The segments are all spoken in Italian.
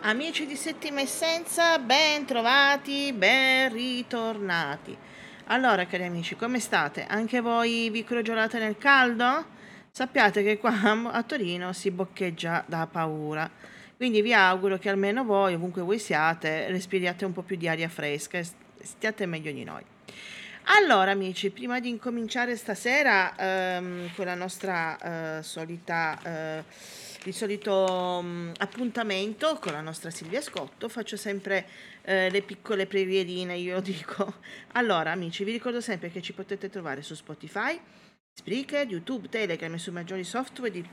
Amici di Settima Essenza, ben trovati, ben ritornati. Allora, cari amici, come state? Anche voi vi crogiolate nel caldo? Sappiate che qua a Torino si boccheggia da paura. Quindi vi auguro che almeno voi, ovunque voi siate, respiriate un po' più di aria fresca e stiate meglio di noi. Allora, amici, prima di incominciare stasera con la nostra il solito appuntamento con la nostra Silvia Scotto, faccio sempre le piccole preghierine, io dico. Allora, amici, vi ricordo sempre che ci potete trovare su Spotify, Spreaker, YouTube, Telegram e su maggiori software di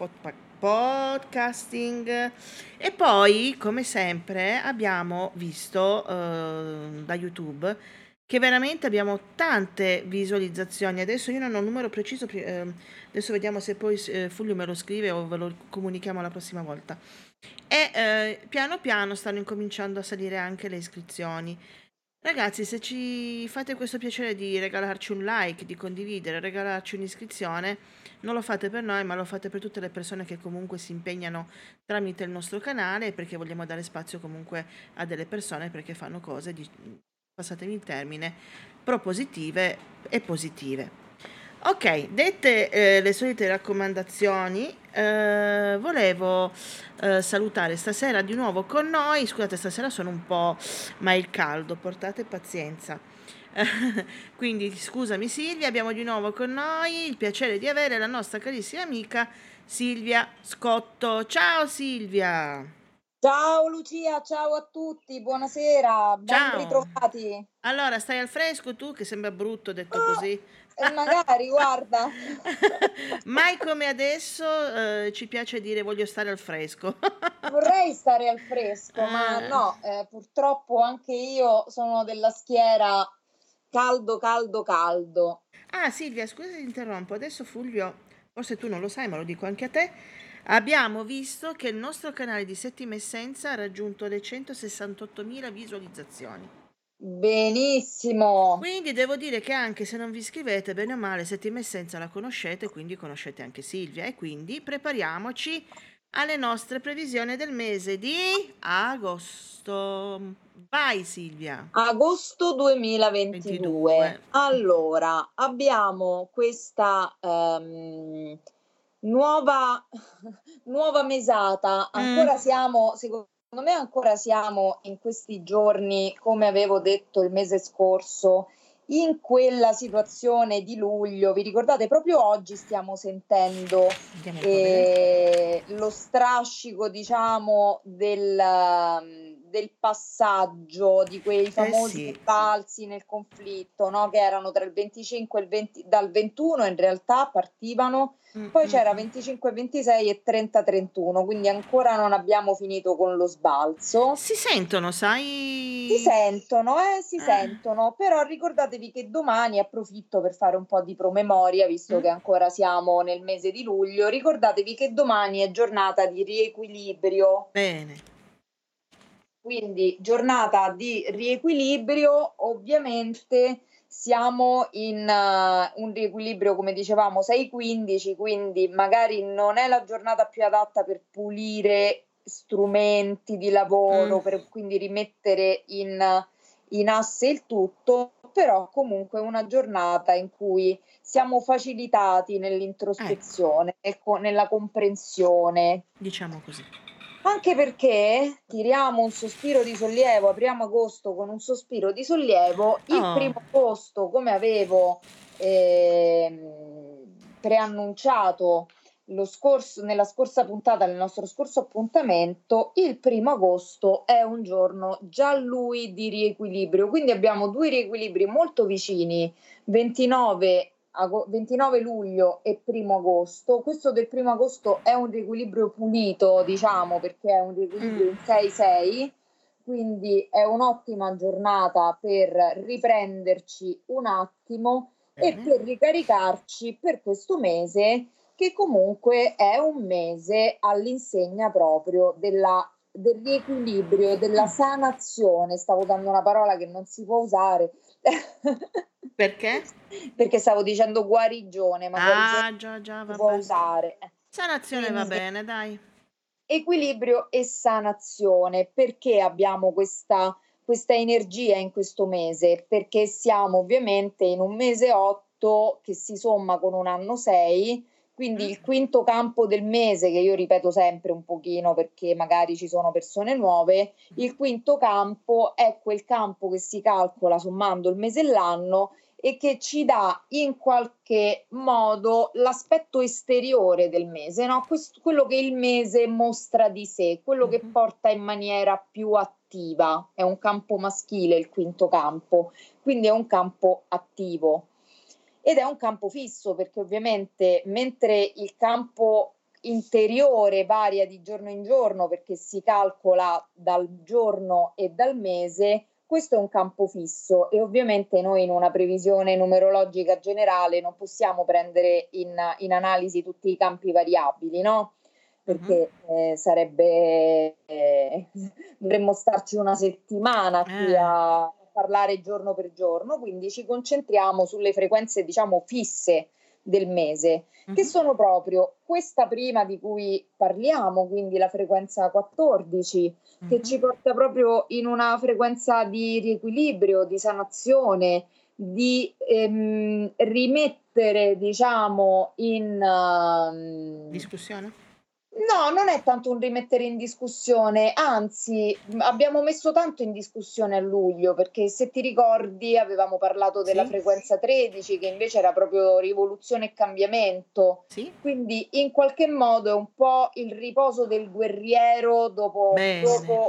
podcasting. E poi, come sempre, abbiamo visto da YouTube che veramente abbiamo tante visualizzazioni. Adesso io non ho un numero preciso, adesso vediamo se poi Fulvio me lo scrive o ve lo comunichiamo la prossima volta. E piano piano stanno incominciando a salire anche le iscrizioni. Ragazzi, se ci fate questo piacere di regalarci un like, di condividere, regalarci un'iscrizione, non lo fate per noi, ma lo fate per tutte le persone che comunque si impegnano tramite il nostro canale, perché vogliamo dare spazio comunque a delle persone perché fanno cose, passatemi il termine, propositive e positive. Ok, dette le solite raccomandazioni, volevo salutare stasera di nuovo con noi. Scusate, stasera sono un po', ma il caldo, portate pazienza. Quindi scusami Silvia, abbiamo di nuovo con noi il piacere di avere la nostra carissima amica Silvia Scotto. Ciao Silvia! Ciao Lucia, ciao a tutti, buonasera, ben Ciao! ritrovati. Allora, stai al fresco tu, che sembra brutto detto Ah, così. e magari, guarda. Mai come adesso ci piace dire voglio stare al fresco. Vorrei stare al fresco, ma Eh. no, purtroppo anche io sono della schiera caldo, caldo, caldo. Ah Silvia, scusa se ti interrompo, adesso Fulvio, forse tu non lo sai, ma lo dico anche a te. Abbiamo visto che il nostro canale di Settima Essenza ha raggiunto le 168.000 visualizzazioni. Benissimo. Quindi devo dire che anche se non vi iscrivete, bene o male, Settima Essenza la conoscete, quindi conoscete anche Silvia. E quindi prepariamoci alle nostre previsioni del mese di agosto. Vai Silvia. Agosto 2022. 22. Allora, abbiamo questa nuova, nuova mesata. Mm, Ancora siamo, secondo me, ancora siamo in questi giorni, come avevo detto il mese scorso, in quella situazione di luglio. Vi ricordate, proprio oggi stiamo sentendo andiamo un po' a vedere. lo strascico, diciamo, del passaggio di quei Eh famosi sì. balzi nel conflitto, no, che erano tra il 25 e il 20, dal 21 in realtà partivano, Mm, poi mm, c'era mm. 25 e 26 e 30 31, quindi ancora non abbiamo finito con lo sbalzo. Si sentono, sai? Si Eh, sentono, però ricordatevi che domani, approfitto per fare un po' di promemoria, visto mm? che ancora siamo nel mese di luglio, ricordatevi che domani è giornata di riequilibrio. Bene. Quindi giornata di riequilibrio, ovviamente siamo in un riequilibrio, come dicevamo, 6-15, quindi magari non è la giornata più adatta per pulire strumenti di Mm, lavoro, per quindi rimettere in asse il tutto, però comunque è una giornata in cui siamo facilitati ecco, nell'introspezione, nella comprensione. diciamo così. Anche perché tiriamo un sospiro di sollievo, apriamo agosto con un sospiro di sollievo. Il Oh, primo agosto, come avevo preannunciato nella scorsa puntata, nel nostro scorso appuntamento, il primo agosto è un giorno già lui di riequilibrio. Quindi abbiamo due riequilibri molto vicini, 29 luglio e 1 agosto. Questo del 1 agosto è un riequilibrio pulito, diciamo, perché è un mm, riequilibrio in 6-6, quindi è un'ottima giornata per riprenderci un attimo e bene. per ricaricarci per questo mese, che comunque è un mese all'insegna proprio del riequilibrio, della Mm. sanazione. Stavo dando una parola che non si può usare. Perché? Perché stavo dicendo guarigione, ma guarigione Ah, già, già, si può vabbè. usare. Sanazione va Quindi bene, dai. equilibrio e sanazione. Perché abbiamo questa energia in questo mese? Perché siamo ovviamente in un mese 8 che si somma con un anno 6, quindi Mm. il quinto campo del mese, che io ripeto sempre un pochino perché magari ci sono persone nuove, il quinto campo è quel campo che si calcola sommando il mese e l'anno e che ci dà in qualche modo l'aspetto esteriore del mese, no? Quello che il mese mostra di sé, quello che porta in maniera più attiva. È un campo maschile il quinto campo, quindi è un campo attivo. Ed è un campo fisso perché ovviamente mentre il campo interiore varia di giorno in giorno perché si calcola dal giorno e dal mese, questo è un campo fisso e ovviamente noi in una previsione numerologica generale non possiamo prendere in analisi tutti i campi variabili, no? Perché dovremmo starci una settimana qui a parlare giorno per giorno, quindi ci concentriamo sulle frequenze, diciamo, fisse del mese, che sono proprio questa prima di cui parliamo, quindi la frequenza 14, che ci porta proprio in una frequenza di riequilibrio, di sanazione, di rimettere, diciamo, in Discussione? no, non è tanto un rimettere in discussione, anzi, abbiamo messo tanto in discussione a luglio, perché se ti ricordi avevamo parlato della Sì, frequenza 13, che invece era proprio rivoluzione e cambiamento. sì, Quindi in qualche modo è un po' il riposo del guerriero dopo bene,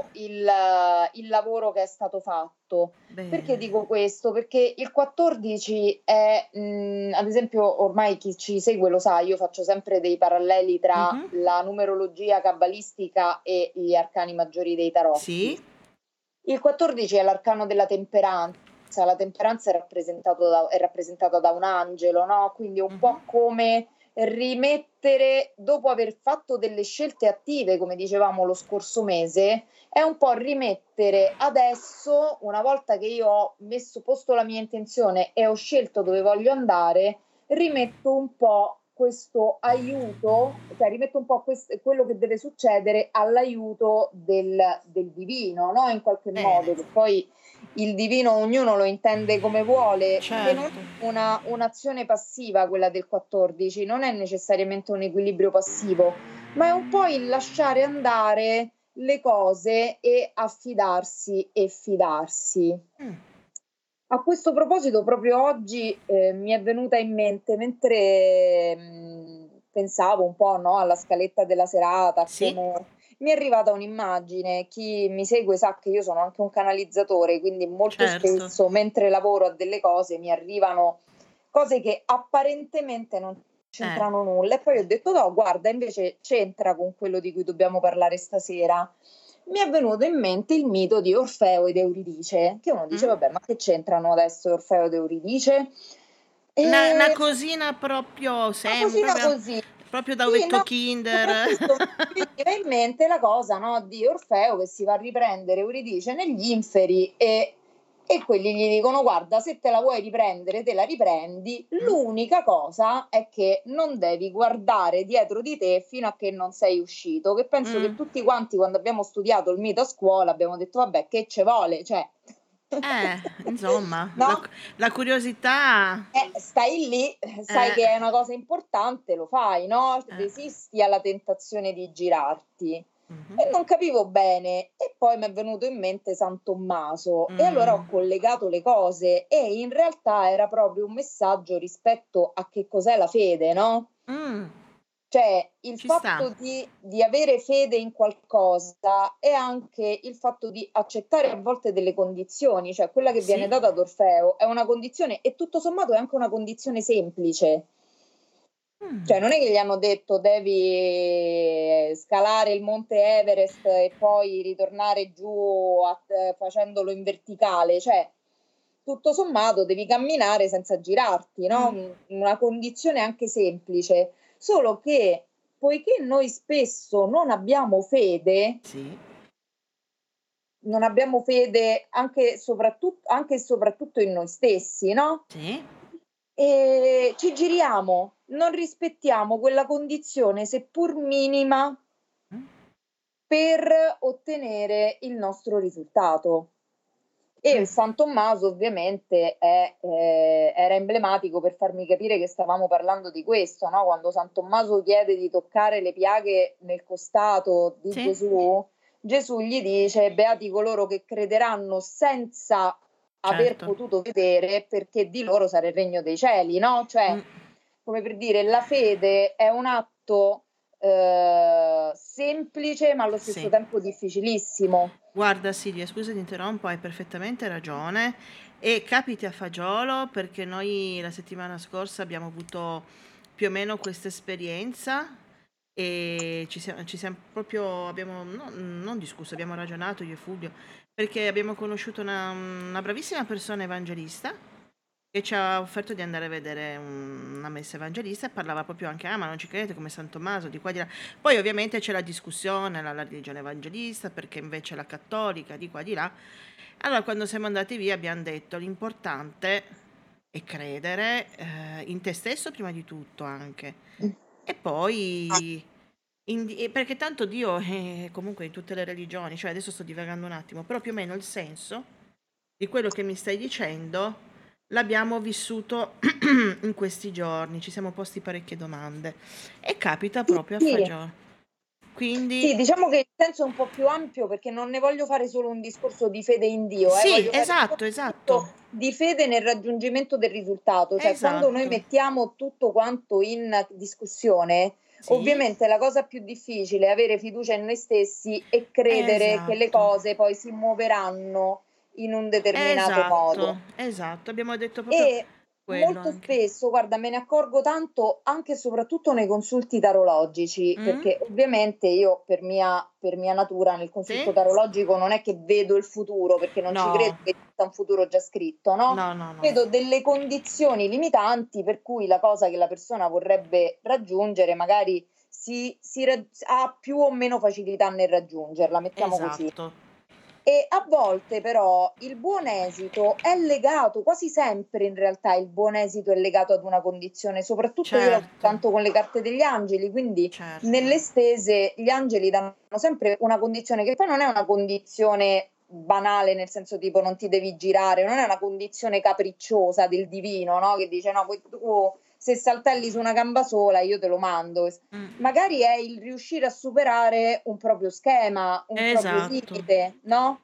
il lavoro che è stato fatto. Perché bene. dico questo? Perché il 14 è, ad esempio, ormai chi ci segue lo sa, io faccio sempre dei paralleli tra Mhm. la numerologia cabalistica e gli arcani maggiori dei tarotti. Sì, Il 14 è l'arcano della temperanza, la temperanza è rappresentata da un angelo, no? Quindi è un po' come rimettere, dopo aver fatto delle scelte attive, come dicevamo lo scorso mese, è un po' rimettere adesso, una volta che io ho posto la mia intenzione e ho scelto dove voglio andare, rimetto un po' questo aiuto, cioè rimetto un po' quello che deve succedere all'aiuto del divino, no? In qualche modo, bene, che poi il divino ognuno lo intende come vuole, che non certo. è un'azione passiva quella del 14, non è necessariamente un equilibrio passivo, ma è un po' il lasciare andare le cose e affidarsi e fidarsi. Mm. A questo proposito proprio oggi, mi è venuta in mente mentre, pensavo un po', no, alla scaletta della serata, a Sì, come mi è arrivata un'immagine. Chi mi segue sa che io sono anche un canalizzatore, quindi molto certo. spesso mentre lavoro a delle cose mi arrivano cose che apparentemente non c'entrano nulla e poi ho detto: "No, guarda invece c'entra con quello di cui dobbiamo parlare stasera". Mi è venuto in mente il mito di Orfeo ed Euridice, che uno dice: Mm. "Vabbè, ma che c'entrano adesso Orfeo ed Euridice?" Una Ehm, cosina proprio una cosina proprio, così. proprio da Sì, ovetto no, Kinder. soprattutto mi veniva in mente la cosa, no, di Orfeo che si va a riprendere Euridice negli inferi e quelli gli dicono: "Guarda, se te la vuoi riprendere, te la riprendi. Mm? L'unica cosa è che non devi guardare dietro di te fino a che non sei uscito". Che penso che Mm. tutti quanti quando abbiamo studiato il mito a scuola abbiamo detto: "Vabbè, che ce vuole?" Cioè Insomma, no? la curiosità. Stai lì, sai Eh, che è una cosa importante, lo fai, no, eh. resisti alla tentazione di girarti. Mhm. E non capivo bene e poi m'è venuto in mente San Tommaso e allora Mm. ho collegato le cose e in realtà era proprio un messaggio rispetto a che cos'è la fede, no? Mm. Cioè, il Ci sta. fatto di avere fede in qualcosa è anche il fatto di accettare a volte delle condizioni, cioè quella che viene Sì. data ad Orfeo è una condizione e tutto sommato è anche una condizione semplice. Mm. Cioè, non è che gli hanno detto devi scalare il monte Everest e poi ritornare giù facendolo in verticale, cioè tutto sommato devi camminare senza girarti, no? Mm. Una condizione anche semplice, solo che poiché noi spesso Sì. non abbiamo fede anche e soprattutto in noi stessi, no? Sì. Ci giriamo, non rispettiamo quella condizione, seppur minima, Mm. per ottenere il nostro risultato. E San Tommaso ovviamente era emblematico per farmi capire che stavamo parlando di questo, no? Quando San Tommaso chiede di toccare le piaghe nel costato di Sì, Gesù, Gesù gli dice: beati coloro che crederanno senza aver certo. potuto vedere, perché di loro sarà il regno dei cieli, no? Cioè, Mm. come per dire, la fede è un atto semplice ma allo stesso Sì. tempo difficilissimo. Guarda Silvia, scusa ti interrompo, hai perfettamente ragione e capiti a fagiolo perché noi la settimana scorsa abbiamo avuto più o meno questa esperienza e ci siamo proprio, abbiamo non discusso, abbiamo ragionato io e Fulvio perché abbiamo conosciuto una bravissima persona evangelista che ci ha offerto di andare a vedere una messa evangelista e parlava proprio anche, ah ma non ci credete come San Tommaso, di qua di là. Poi ovviamente c'è la discussione, la religione evangelista, perché invece la cattolica, di qua di là. Allora quando siamo andati via abbiamo detto l'importante è credere in te stesso prima di tutto anche. E poi, perché tanto Dio è comunque in tutte le religioni, cioè adesso sto divagando un attimo, però più o meno il senso di quello che mi stai dicendo l'abbiamo vissuto in questi giorni, ci siamo posti parecchie domande e capita Sì, proprio a sì. fagiolo. Quindi Sì, diciamo che il senso è un po' più ampio perché non ne voglio fare solo un discorso di fede in Dio, sì, voglio fare esatto, esatto, soprattutto di fede nel raggiungimento del risultato, cioè quando noi esatto, mettiamo tutto quanto in discussione, sì, ovviamente la cosa più difficile è avere fiducia in noi stessi e credere che le esatto. cose poi si muoveranno in un determinato modo. Esatto, esatto, abbiamo detto proprio E quello molto anche. spesso, guarda, me ne accorgo tanto anche e soprattutto nei consulti tarologici, Mm? perché ovviamente io per mia natura nel consulto Sì? tarologico non è che vedo il futuro, perché non ci credo No, che esista un futuro già scritto, no? no, no, no. Vedo delle condizioni limitanti per cui la cosa che la persona vorrebbe raggiungere magari ha più o meno facilità nel raggiungerla, mettiamo così. Esatto, E a volte però il buon esito è legato, quasi sempre in realtà il buon esito è legato ad una condizione, soprattutto io lavoro certo, tanto con le carte degli angeli, quindi certo. nelle stese gli angeli danno sempre una condizione che poi non è una condizione banale, nel senso tipo non ti devi girare, non è una condizione capricciosa del divino, no? Che dice no, poi tu se saltelli su una gamba sola io te lo mando. Mm. Magari è il riuscire a superare un proprio schema, un proprio Esatto, limite, no,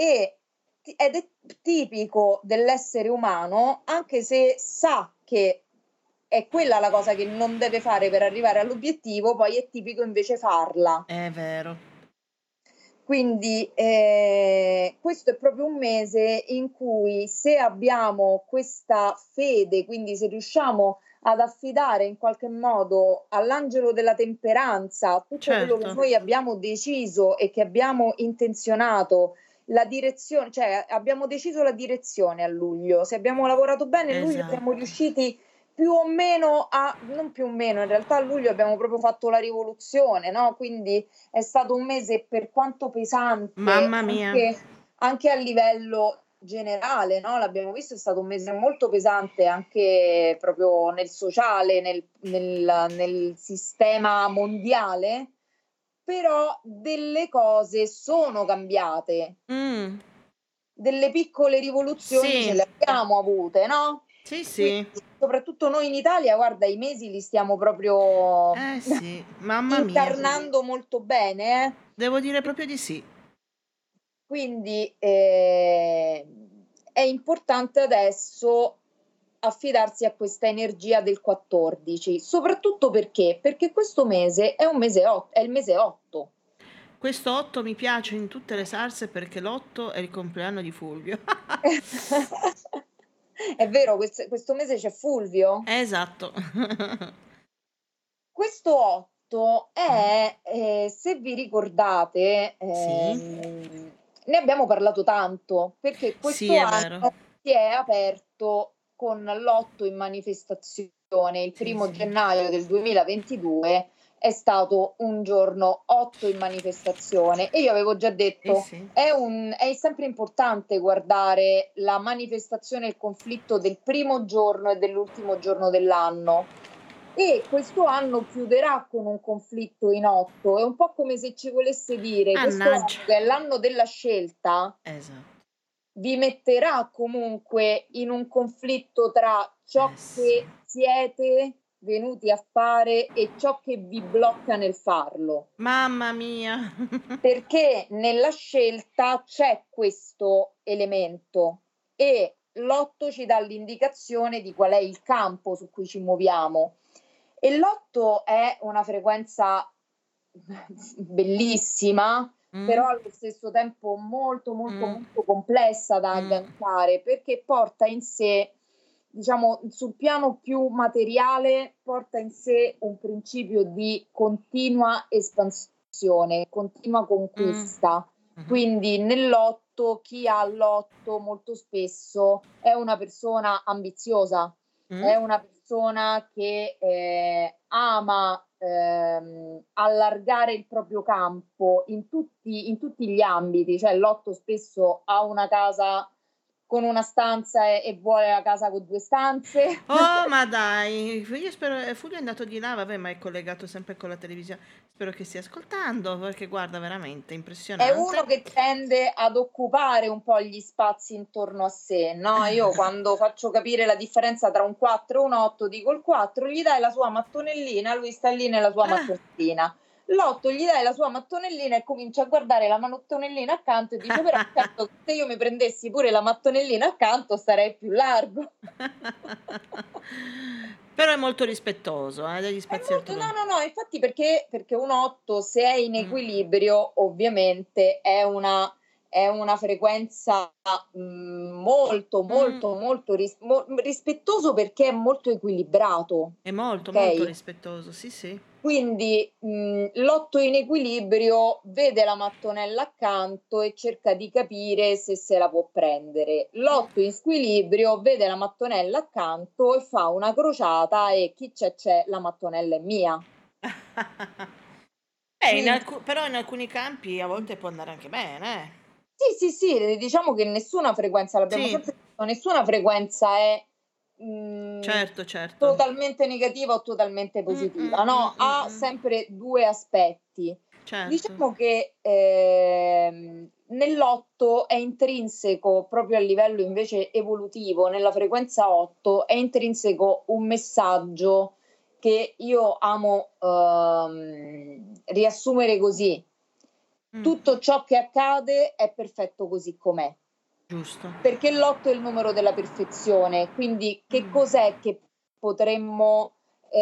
ed è tipico dell'essere umano, anche se sa che è quella la cosa che non deve fare per arrivare all'obiettivo, poi è tipico invece farla. è vero. Quindi, questo è proprio un mese in cui se abbiamo questa fede, quindi se riusciamo ad affidare in qualche modo all'angelo della temperanza tutto quello che Certo, noi abbiamo deciso e che abbiamo intenzionato, la direzione cioè abbiamo deciso la direzione a luglio, se abbiamo lavorato bene a luglio siamo esatto. riusciti più o meno a non più o meno, in realtà a luglio abbiamo proprio fatto la rivoluzione, no, quindi è stato un mese per quanto pesante Mamma mia. anche a livello generale, no, l'abbiamo visto, è stato un mese molto pesante anche proprio nel sociale, nel sistema mondiale, però delle cose sono cambiate. Mm, Delle piccole rivoluzioni ce sì, le abbiamo avute, no, sì, quindi sì. soprattutto noi in Italia, guarda, i mesi li stiamo proprio Eh sì, mamma mia. incarnando molto bene, Devo dire proprio di sì. quindi, è importante adesso affidarsi a questa energia del 14, soprattutto perché questo mese è un mese è il mese 8. Questo 8 mi piace in tutte le salse perché l'8 è il compleanno di Fulvio. È vero, questo mese c'è Fulvio? Esatto. Questo 8 è, se vi ricordate, Sì, ne abbiamo parlato tanto, perché sì, questo è vero. anno si è aperto con l'8 in manifestazione. Il Sì, 1° sì. gennaio del 2022 è stato un giorno 8 in manifestazione e io avevo già Sì, detto: sì. è sempre importante guardare la manifestazione e il conflitto del primo giorno e dell'ultimo giorno dell'anno. e questo anno chiuderà con un conflitto in 8. È un po' come se ci volesse dire: questo Mannaggia. anno, che è l'anno della scelta, Esatto. vi metterà comunque in un conflitto tra ciò Sì. che siete venuti a fare e ciò che vi blocca nel farlo. Mamma mia. Perché nella scelta c'è questo elemento e l'8 ci dà l'indicazione di qual è il campo su cui ci muoviamo. E l'8 è una frequenza bellissima, Mh. però allo stesso tempo molto, molto, Mh. molto complessa da Mh. agganciare, perché porta in sé, diciamo, sul piano più materiale, porta in sé un principio di continua espansione, continua Mh. conquista. Mh-mh. Quindi nell'8, chi ha l'8 molto spesso è una persona ambiziosa, Mh. è una persona che, ama, allargare il proprio campo in tutti gli ambiti, cioè l'8 spesso ha una casa con una stanza e vuole la casa con 2 stanze. Oh, ma dai, io spero Fulvio è andato di là, vabbè, ma è collegato sempre con la televisione. Spero che stia ascoltando, perché guarda, veramente È uno impressionante. che tende ad occupare un po' gli spazi intorno a sé, no, io quando faccio capire la differenza tra un 4 e un 8, dico: il 4 gli dai la sua mattonellina, lui sta lì nella sua Ah. mattonellina. L'8 gli dai la sua mattonellina e comincia a guardare la mattonellina accanto e dice: "Però certo che se io mi prendessi pure la mattonellina accanto starei più largo". Però è molto rispettoso, degli È spazi molto, altrui. no, no, no, infatti perché un 8 se è in Mh. equilibrio ovviamente è una frequenza, molto, Mh. molto, molto rispettoso perché è molto equilibrato, È molto, molto okay? rispettoso, sì, sì. Quindi, l'8 in equilibrio vede la mattonella accanto e cerca di capire se la può prendere. Mh. L'8 in squilibrio vede la mattonella accanto e fa una crociata e chi c'è, la mattonella è mia. Quindi Però in alcuni campi a volte può andare anche bene, sì, sì, sì, diciamo che nessuna frequenza, l'abbiamo Sì, sempre detto, nessuna frequenza è, mhmm, certo, certo. totalmente negativa o totalmente positiva, no, ha Mh. sempre 2 aspetti. Certo. Diciamo che, nell'8 è intrinseco, proprio a livello invece evolutivo, nella frequenza 8 è intrinseco un messaggio che io amo, riassumere così: Mh. tutto ciò che accade è perfetto così com'è. Giusto. Perché l'8 è il numero della perfezione, quindi che Mh. cos'è che potremmo,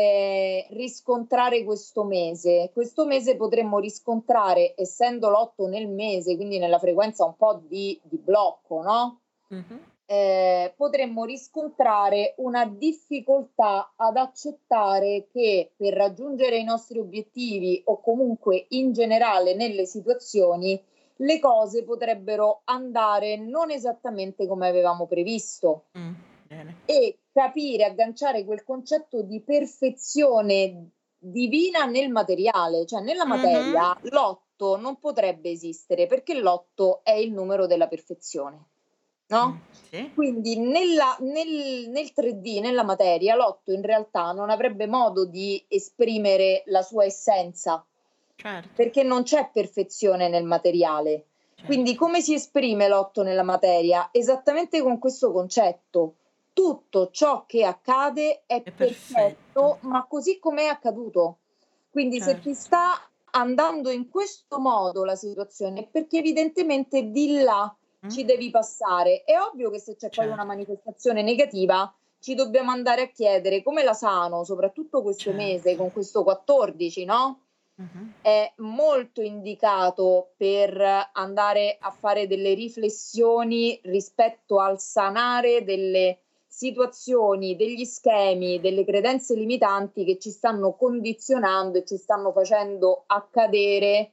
riscontrare questo mese? Questo mese potremmo riscontrare, essendo l'8 nel mese, quindi nella frequenza un po' di blocco, no, Mh-mh. potremmo riscontrare una difficoltà ad accettare che per raggiungere i nostri obiettivi o comunque in generale nelle situazioni, le cose potrebbero andare non esattamente come avevamo previsto Bene. e capire, agganciare quel concetto di perfezione divina nel materiale, cioè nella Mh-mh. materia l'8 non potrebbe esistere perché l'8 è il numero della perfezione, no? Sì, Quindi nel 3D, nella materia, l'8 in realtà non avrebbe modo di esprimere la sua essenza, certo, perché non c'è perfezione nel materiale. Quindi certo. come si esprime l'8 nella materia? Esattamente con questo concetto: tutto ciò che accade è È perfetto, perfetto, ma così com'è accaduto. Quindi se ti certo. sta andando in questo modo la situazione, è perché evidentemente di là Mh. ci devi passare. È ovvio che se c'è poi una Certo, manifestazione negativa, ci dobbiamo andare a chiedere come la sano, soprattutto questo mese certo. con questo 14, no, Mh-mh. è molto indicato per andare a fare delle riflessioni rispetto al sanare delle situazioni, degli schemi, delle credenze limitanti che ci stanno condizionando e ci stanno facendo accadere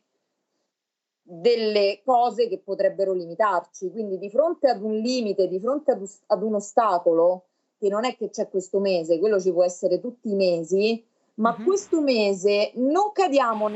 delle cose che potrebbero limitarci. Quindi di fronte ad un limite, di fronte ad un ostacolo, che non è che c'è questo mese, quello ci può essere tutti i mesi, ma Mh-mh. questo mese non cadiamo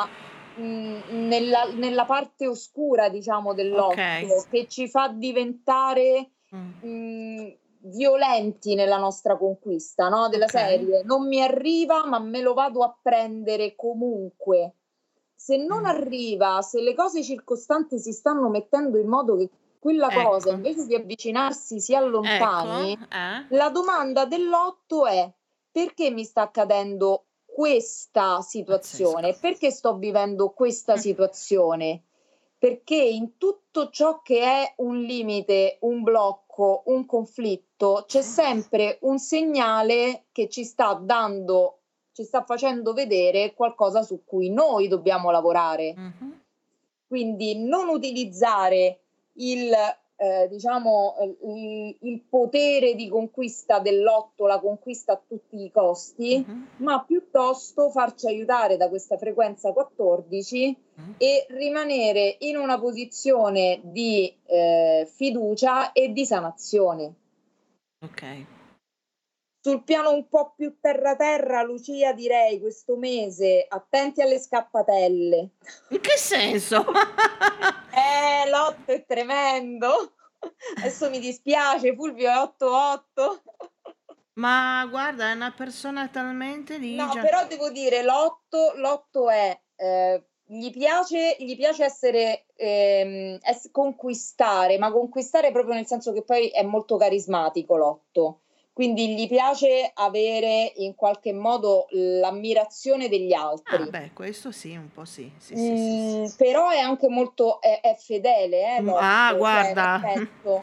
nella parte oscura, diciamo, Okay. dell'8 che ci fa diventare, Mh. violenti nella nostra conquista, no? Della Ok. serie, non mi arriva, ma me lo vado a prendere comunque. Se non Mm. arriva, se le cose circostanti si stanno mettendo in modo che quella cosa, Ecco, invece di avvicinarsi, si ecco, allontani, eh? la domanda dell'8 è: perché mi sta accadendo questa Pazzesco. situazione? Perché sto vivendo questa Mm. situazione? Perché in tutto ciò che è un limite, un blocco, un conflitto, c'è Sì. sempre un segnale che ci sta facendo vedere qualcosa su cui noi dobbiamo lavorare. Mhm. Quindi non utilizzare il, diciamo, il potere di conquista dell'8, la conquista a tutti i costi, Mhm. ma piuttosto farci aiutare da questa frequenza 14 Mm. e rimanere in una posizione di fiducia e di sanazione. Ok. Sul piano un po' più terra, Lucia, direi questo mese attenti alle scappatelle. In che senso? L'8 è tremendo. Adesso mi dispiace, Fulvio è 8-8. Ma guarda, è una persona talmente No, ligia. però devo dire, l'8 è, gli piace essere, conquistare, ma conquistare proprio nel senso che poi è molto carismatico l'8. Quindi gli piace avere in qualche modo l'ammirazione degli Ah, altri. beh, questo sì, un po' sì. Sì, sì, sì, sì. Però è anche molto è fedele, Ah, l'8, cioè nel guarda. senso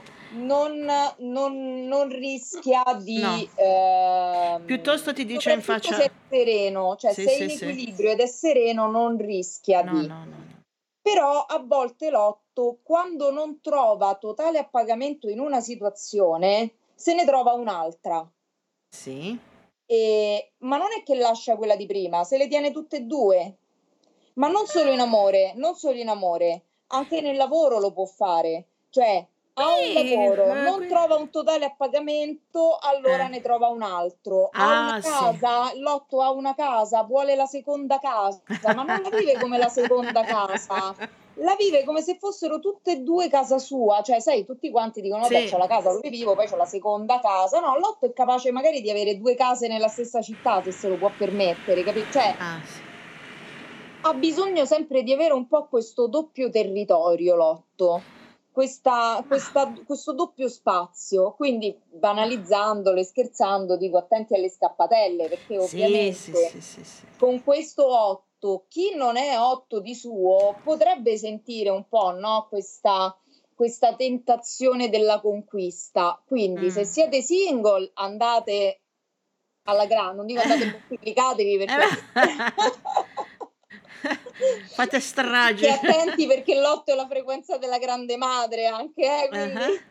non rischia No, di piuttosto ti dice in soprattutto se faccia. è sereno, cioè Sì, se è sì, in sì. equilibrio ed è sereno non rischia No, di. no, no, no. Però a volte l'8, quando non trova totale appagamento in una situazione, se ne trova un'altra. Sì. Ma non è che lascia quella di prima, se le tiene tutte e 2. Ma non solo in amore, non solo in amore, anche nel lavoro lo può fare. Cioè, ha un Qui, lavoro, non qui. trova un totale appagamento, allora Eh. ne trova un altro. Ha una Ah, sì. casa, l'8 ha una casa, vuole la seconda casa, ma non la vive come la seconda casa, la vive come se fossero tutte e 2 casa sua. Cioè, sai, tutti quanti dicono: "Vabbè, Sì. c'ho la casa dove vivo, poi c'ho la seconda casa". No, l'8 è capace magari di avere 2 case nella stessa città, se se lo può permettere, cioè Ah, sì. ha bisogno sempre di avere un po' questo doppio territorio l'8, Ma, questo doppio spazio. Quindi, ma. banalizzandolo e scherzando, dico attenti alle scappatelle, perché Sì, sì, ovviamente sì, sì, sì. con questo 8, chi non è 8 di suo potrebbe sentire un po', no, questa tentazione della conquista. Quindi se Mm. siete single andate alla non dico andate e moltiplicatevi Eh perché beh. Fate state stragi. attenti perché l'8 è la frequenza della grande madre anche, Ah. quindi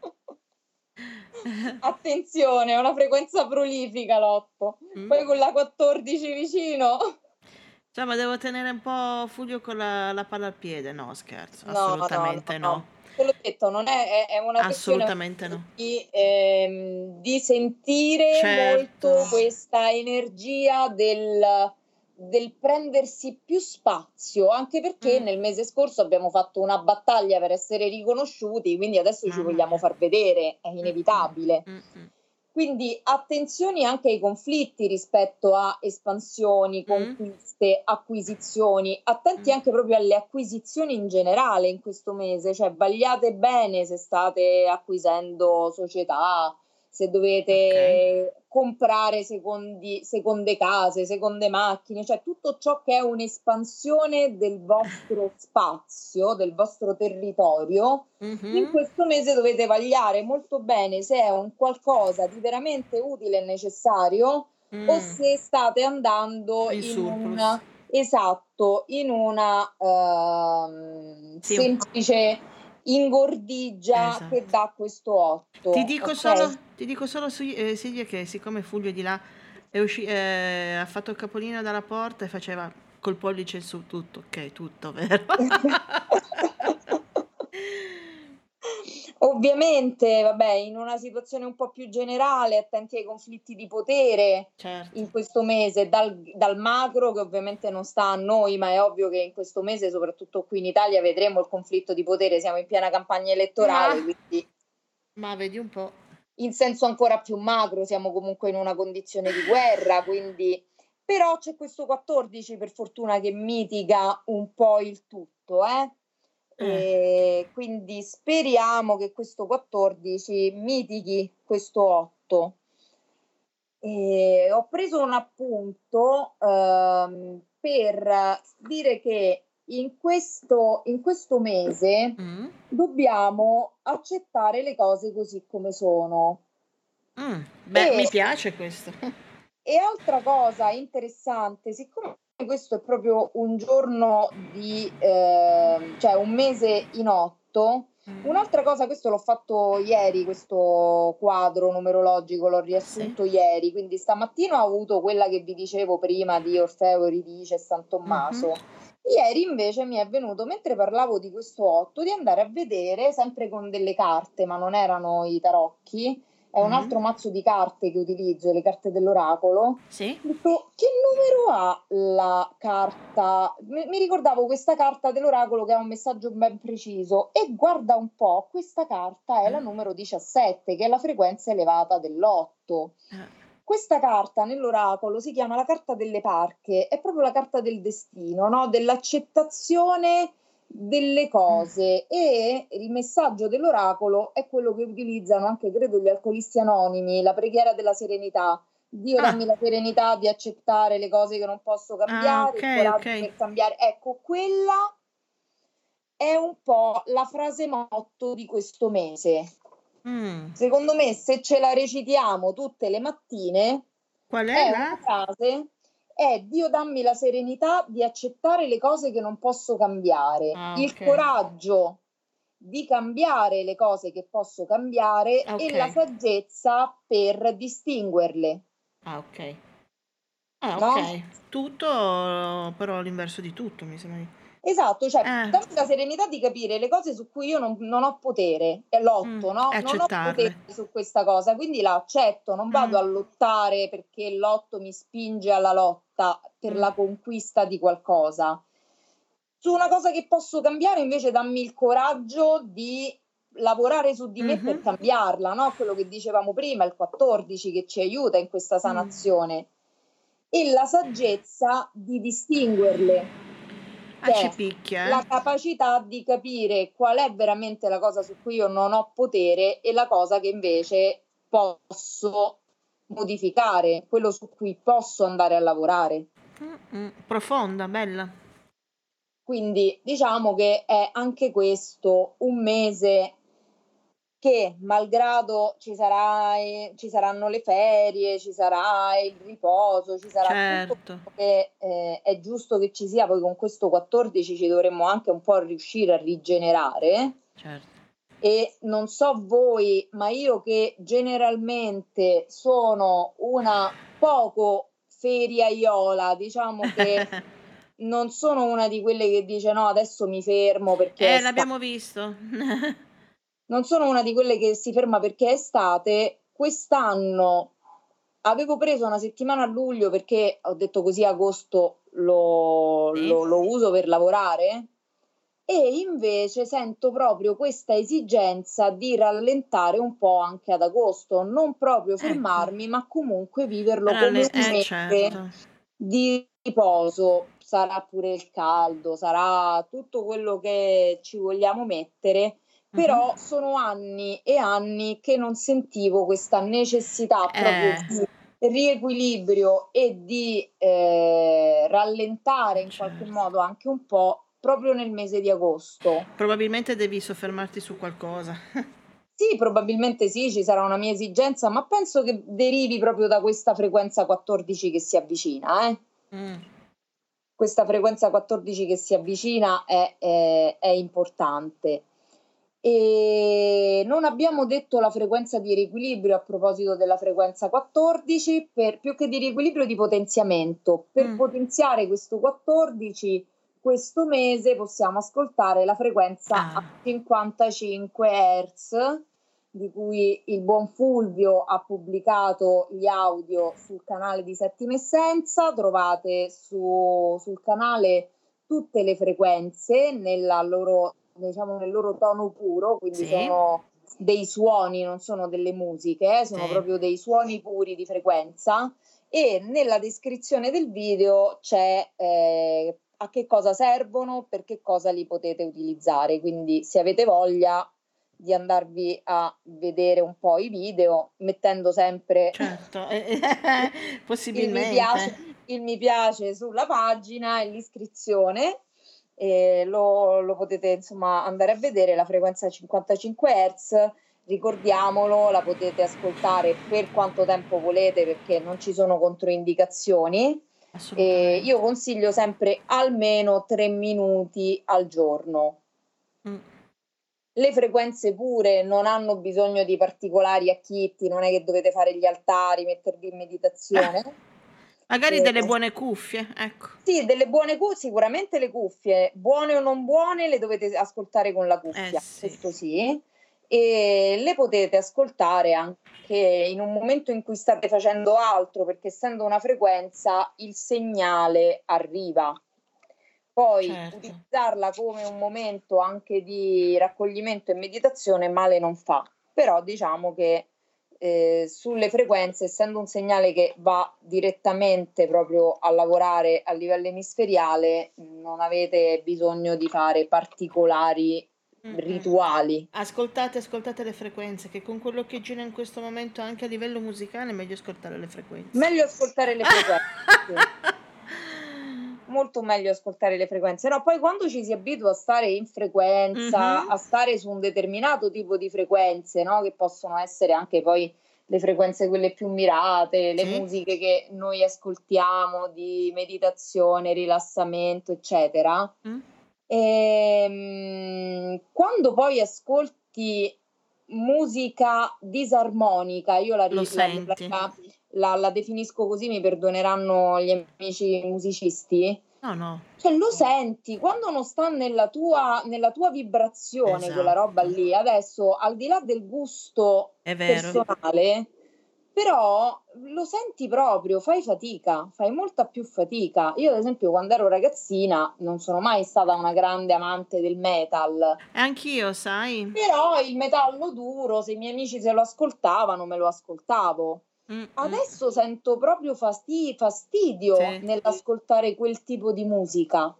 attenzione, è una frequenza prolifica l'8. Mm. Poi con la 14 vicino. Cioè, ma devo tenere un po' Fulvio con la palla al piede? No, scherzo, No, no, no, assolutamente no. no. Te l'ho detto, non è una questione Assolutamente appunto no. di sentire Certo. molto questa energia del prendersi più spazio, anche perché Mm. nel mese scorso abbiamo fatto una battaglia per essere riconosciuti, quindi adesso ci Mamma vogliamo mia. far vedere, è Mm, mm, inevitabile. mm, mm. Quindi attenzioni anche ai conflitti rispetto a espansioni, Mm, conquiste, acquisizioni. Attenti mm. anche proprio alle acquisizioni in generale in questo mese, cioè vagliate bene se state acquisendo società, se Ok. dovete comprare seconde case, seconde macchine, cioè tutto ciò che è un'espansione del vostro spazio, del vostro territorio. In Mhm. questo mese dovete vagliare molto bene se è un qualcosa di veramente utile e necessario o Mm. se state andando In in un surplus. esatto, in una Sì, semplice ingordigia che esatto. dà questo 8, ok? Ti dico solo Silvia, che siccome Fulvio di là ha fatto il capolino dalla porta e faceva col pollice su tutto, ok, tutto, vero? Ovviamente, vabbè, in una situazione un po' più generale, attenti ai conflitti di potere Certo. in questo mese, dal macro che ovviamente non sta a noi, ma è ovvio che in questo mese, soprattutto qui in Italia, vedremo il conflitto di potere. Siamo in piena campagna Ma, elettorale, quindi ma vedi un po'. in senso ancora più macro siamo comunque in una condizione di guerra, quindi però c'è questo 14 per fortuna che mitiga un po' il tutto, Eh. quindi speriamo che questo 14 mitighi questo 8. Ho preso un appunto, per dire che in questo mese Mh. dobbiamo accettare le cose così come sono. Beh, E mi piace questo. altra cosa interessante, siccome questo è proprio un giorno cioè un mese in 8, Mh. un'altra cosa, questo l'ho fatto ieri, questo quadro numerologico, l'ho Sì. riassunto ieri, quindi stamattina ho avuto quella che vi dicevo prima di Orfeo, Euridice e San Mh-mh. Tommaso. Ieri invece mi è venuto, mentre parlavo di questo 8, di andare a vedere, sempre con delle carte, ma non erano i tarocchi, è un Mh. altro mazzo di carte che utilizzo, le carte dell'oracolo. Ho Sì. detto: "Che numero ha la carta?" Mi ricordavo questa carta dell'oracolo che ha un messaggio ben preciso e guarda un po', questa carta è la Eh. numero 17, che è la frequenza elevata dell'8. Eh. Questa carta nell'oracolo si chiama la carta delle parche, è proprio la carta del destino, no, dell'accettazione delle Mh. cose, e il messaggio dell'oracolo è quello che utilizzano anche, credo, gli alcolisti anonimi, la preghiera della serenità. Dio, dammi Ah. la serenità di accettare le cose che non posso Ah, cambiare, il okay, coraggio okay. per cambiare. Ecco, quella è un po' la frase motto di questo mese. Mh. Secondo me, se ce la recitiamo tutte le mattine, Qual è è la? una frase è: "Dio, dammi la serenità di accettare le cose che non posso cambiare, Ah, il okay. coraggio di cambiare le cose che posso cambiare e la Okay. saggezza per distinguerle", Ah, okay. Ah, no? okay. Tutto però l'inverso di tutto mi sembra di Esatto, cioè eh. dammi la serenità di capire le cose su cui io non ho potere, è l'otto, E no, non ho potere accettarle. su questa cosa, quindi la accetto, non vado Mh. a lottare perché l'otto mi spinge alla lotta per Mh. la conquista di qualcosa. Su una cosa che posso cambiare invece dammi il coraggio di lavorare su di me per Mh-mh. cambiarla, no, quello che dicevamo prima, il 14 che ci aiuta in questa Mh. sanazione, e la saggezza di distinguerle. Ah, ci Cioè, picchia, la capacità di capire qual è veramente la cosa su cui io non ho potere e la cosa che invece posso modificare, quello su cui posso andare a lavorare. Profonda, bella. Quindi diciamo che è anche questo un mese che, malgrado ci saranno le ferie, ci sarà il riposo, ci sarà tutto Certo, quello che, è giusto che ci sia, poi con questo 14 ci dovremmo anche un po' riuscire a rigenerare. certo. E non so voi, ma io che generalmente sono una poco feriaiola, diciamo che non sono una di quelle che dice: "No, adesso mi fermo perché è L'abbiamo visto. non sono una di quelle che si ferma perché è estate. Quest'anno avevo preso una settimana a luglio perché ho detto: "Così agosto lo Sì. lo lo uso per lavorare", e invece sento proprio questa esigenza di rallentare un po' anche ad agosto, non proprio Ecco. fermarmi, ma comunque viverlo come un mese Certo. di riposo. Sarà pure il caldo, sarà tutto quello che ci vogliamo mettere, Mh-mh. però sono anni e anni che non sentivo questa necessità proprio Eh, di riequilibrio e di, rallentare in qualche certo. modo anche un po' proprio nel mese di agosto. Probabilmente devi soffermarti su qualcosa. Sì, probabilmente sì, ci sarà una mia esigenza, ma penso che derivi proprio da questa frequenza 14 che si avvicina, eh. Mh. Questa frequenza 14 che si avvicina è importante. Non abbiamo detto la frequenza di riequilibrio a proposito della frequenza 14, per più che di riequilibrio, di potenziamento. Per Mh. potenziare questo 14, questo mese possiamo ascoltare la frequenza a Ah, 55 Hz, di cui il buon Fulvio ha pubblicato gli audio sul canale di Settima Essenza. Trovate sul canale tutte le frequenze nella loro, diciamo, nel loro tono puro, quindi sì. sono dei suoni, non sono delle musiche, sono Sì. proprio dei suoni puri di frequenza, e nella descrizione del video c'è a che cosa servono, per che cosa li potete utilizzare. Quindi se avete voglia di andarvi a vedere un po' i video, mettendo sempre Certo, il mi piace, possibilmente. il mi piace sulla pagina e l'iscrizione, lo potete insomma andare a vedere. La frequenza 55 Hz, ricordiamolo, la potete ascoltare per quanto tempo volete perché non ci sono controindicazioni. Io Assolutamente. consiglio sempre almeno 3 minuti al giorno. Mh. Le frequenze pure non hanno bisogno di particolari acchitti, non è che dovete fare gli altari, mettervi in meditazione. Magari delle Ehm, buone cuffie, ecco. sì, delle buone sicuramente le cuffie, buone o non buone, le dovete ascoltare con la cuffia, Sì. questo sì, e le potete ascoltare anche in un momento in cui state facendo altro, perché essendo una frequenza il segnale arriva. Poi Certo. utilizzarla come un momento anche di raccoglimento e meditazione male non fa, però diciamo che sulle frequenze, essendo un segnale che va direttamente proprio a lavorare a livello emisferiale, non avete bisogno di fare particolari Mh-mh. rituali. Ascoltate le frequenze, che con quello che gira in questo momento anche a livello musicale è meglio ascoltare le frequenze. Meglio ascoltare le frequenze, sì. Molto meglio ascoltare le frequenze. No, poi quando ci si abitua a stare in frequenza, Mh-mh. a stare su un determinato tipo di frequenze, no, che possono essere anche poi le frequenze quelle più mirate, le Sì. musiche che noi ascoltiamo di meditazione, rilassamento, eccetera. Mh. Quando poi ascolti musica disarmonica, io la Lo ri senti. la definisco così, mi perdoneranno gli amici musicisti, No, no. cioè lo senti, quando non sta nella tua vibrazione quella roba Esatto. lì, adesso al di là del gusto È vero. personale, però lo senti proprio, fai fatica, fai molta più fatica. Io ad esempio quando ero ragazzina non sono mai stata una grande amante del metal, E anch'io, sai? però il metallo duro, se i miei amici se lo ascoltavano, me lo ascoltavo. Mh-mh. Adesso sento proprio fastidio Sì, nell'ascoltare quel tipo di musica.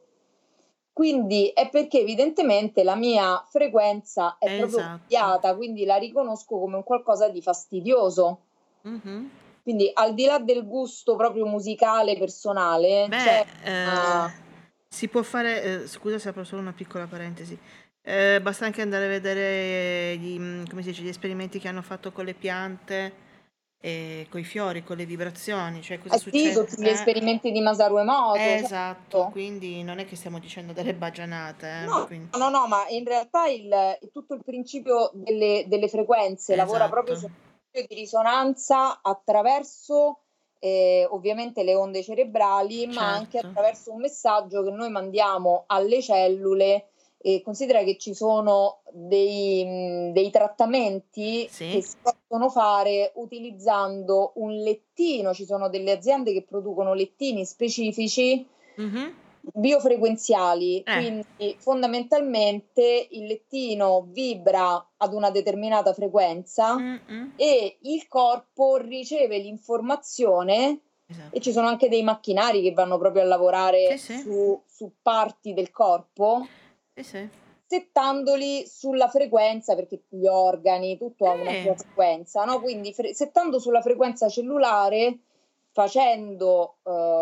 Quindi è perché evidentemente la mia frequenza è proprio esatto. cambiata, quindi la riconosco come un qualcosa di fastidioso. Mh-mh. Quindi al di là del gusto proprio musicale personale, Beh, c'è una si può fare scusa se apro solo una piccola parentesi. Basta anche andare a vedere come si dice, gli esperimenti che hanno fatto con le piante e coi fiori, con le vibrazioni, cioè cosa eh sì, succede tutti gli esperimenti di Masaru Emoto, esatto, certo. quindi non è che stiamo dicendo delle baggianate, No, quin no, no, ma in realtà tutto il principio delle frequenze lavora proprio esatto, su un principio di risonanza attraverso, ovviamente le onde cerebrali, ma anche certo. attraverso un messaggio che noi mandiamo alle cellule. E considera che ci sono dei trattamenti che Sì. si possono fare utilizzando un lettino. Ci sono delle aziende che producono lettini specifici Mh-mh. biofrequenziali, Eh. quindi fondamentalmente il lettino vibra ad una determinata frequenza Mh-mh. e il corpo riceve l'informazione, e ci Esatto. sono anche dei macchinari che vanno proprio a Sì, lavorare sì. su parti del corpo, Sì, sì. settandoli sulla frequenza, perché gli organi, tutto ha una Sì. sua frequenza, no, quindi settando sulla frequenza cellulare, facendo,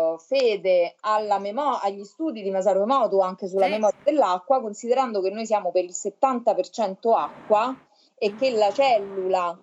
fede agli studi di Masaru Emoto anche sulla Sì. memoria dell'acqua, considerando che noi siamo per il 70% acqua e che la cellula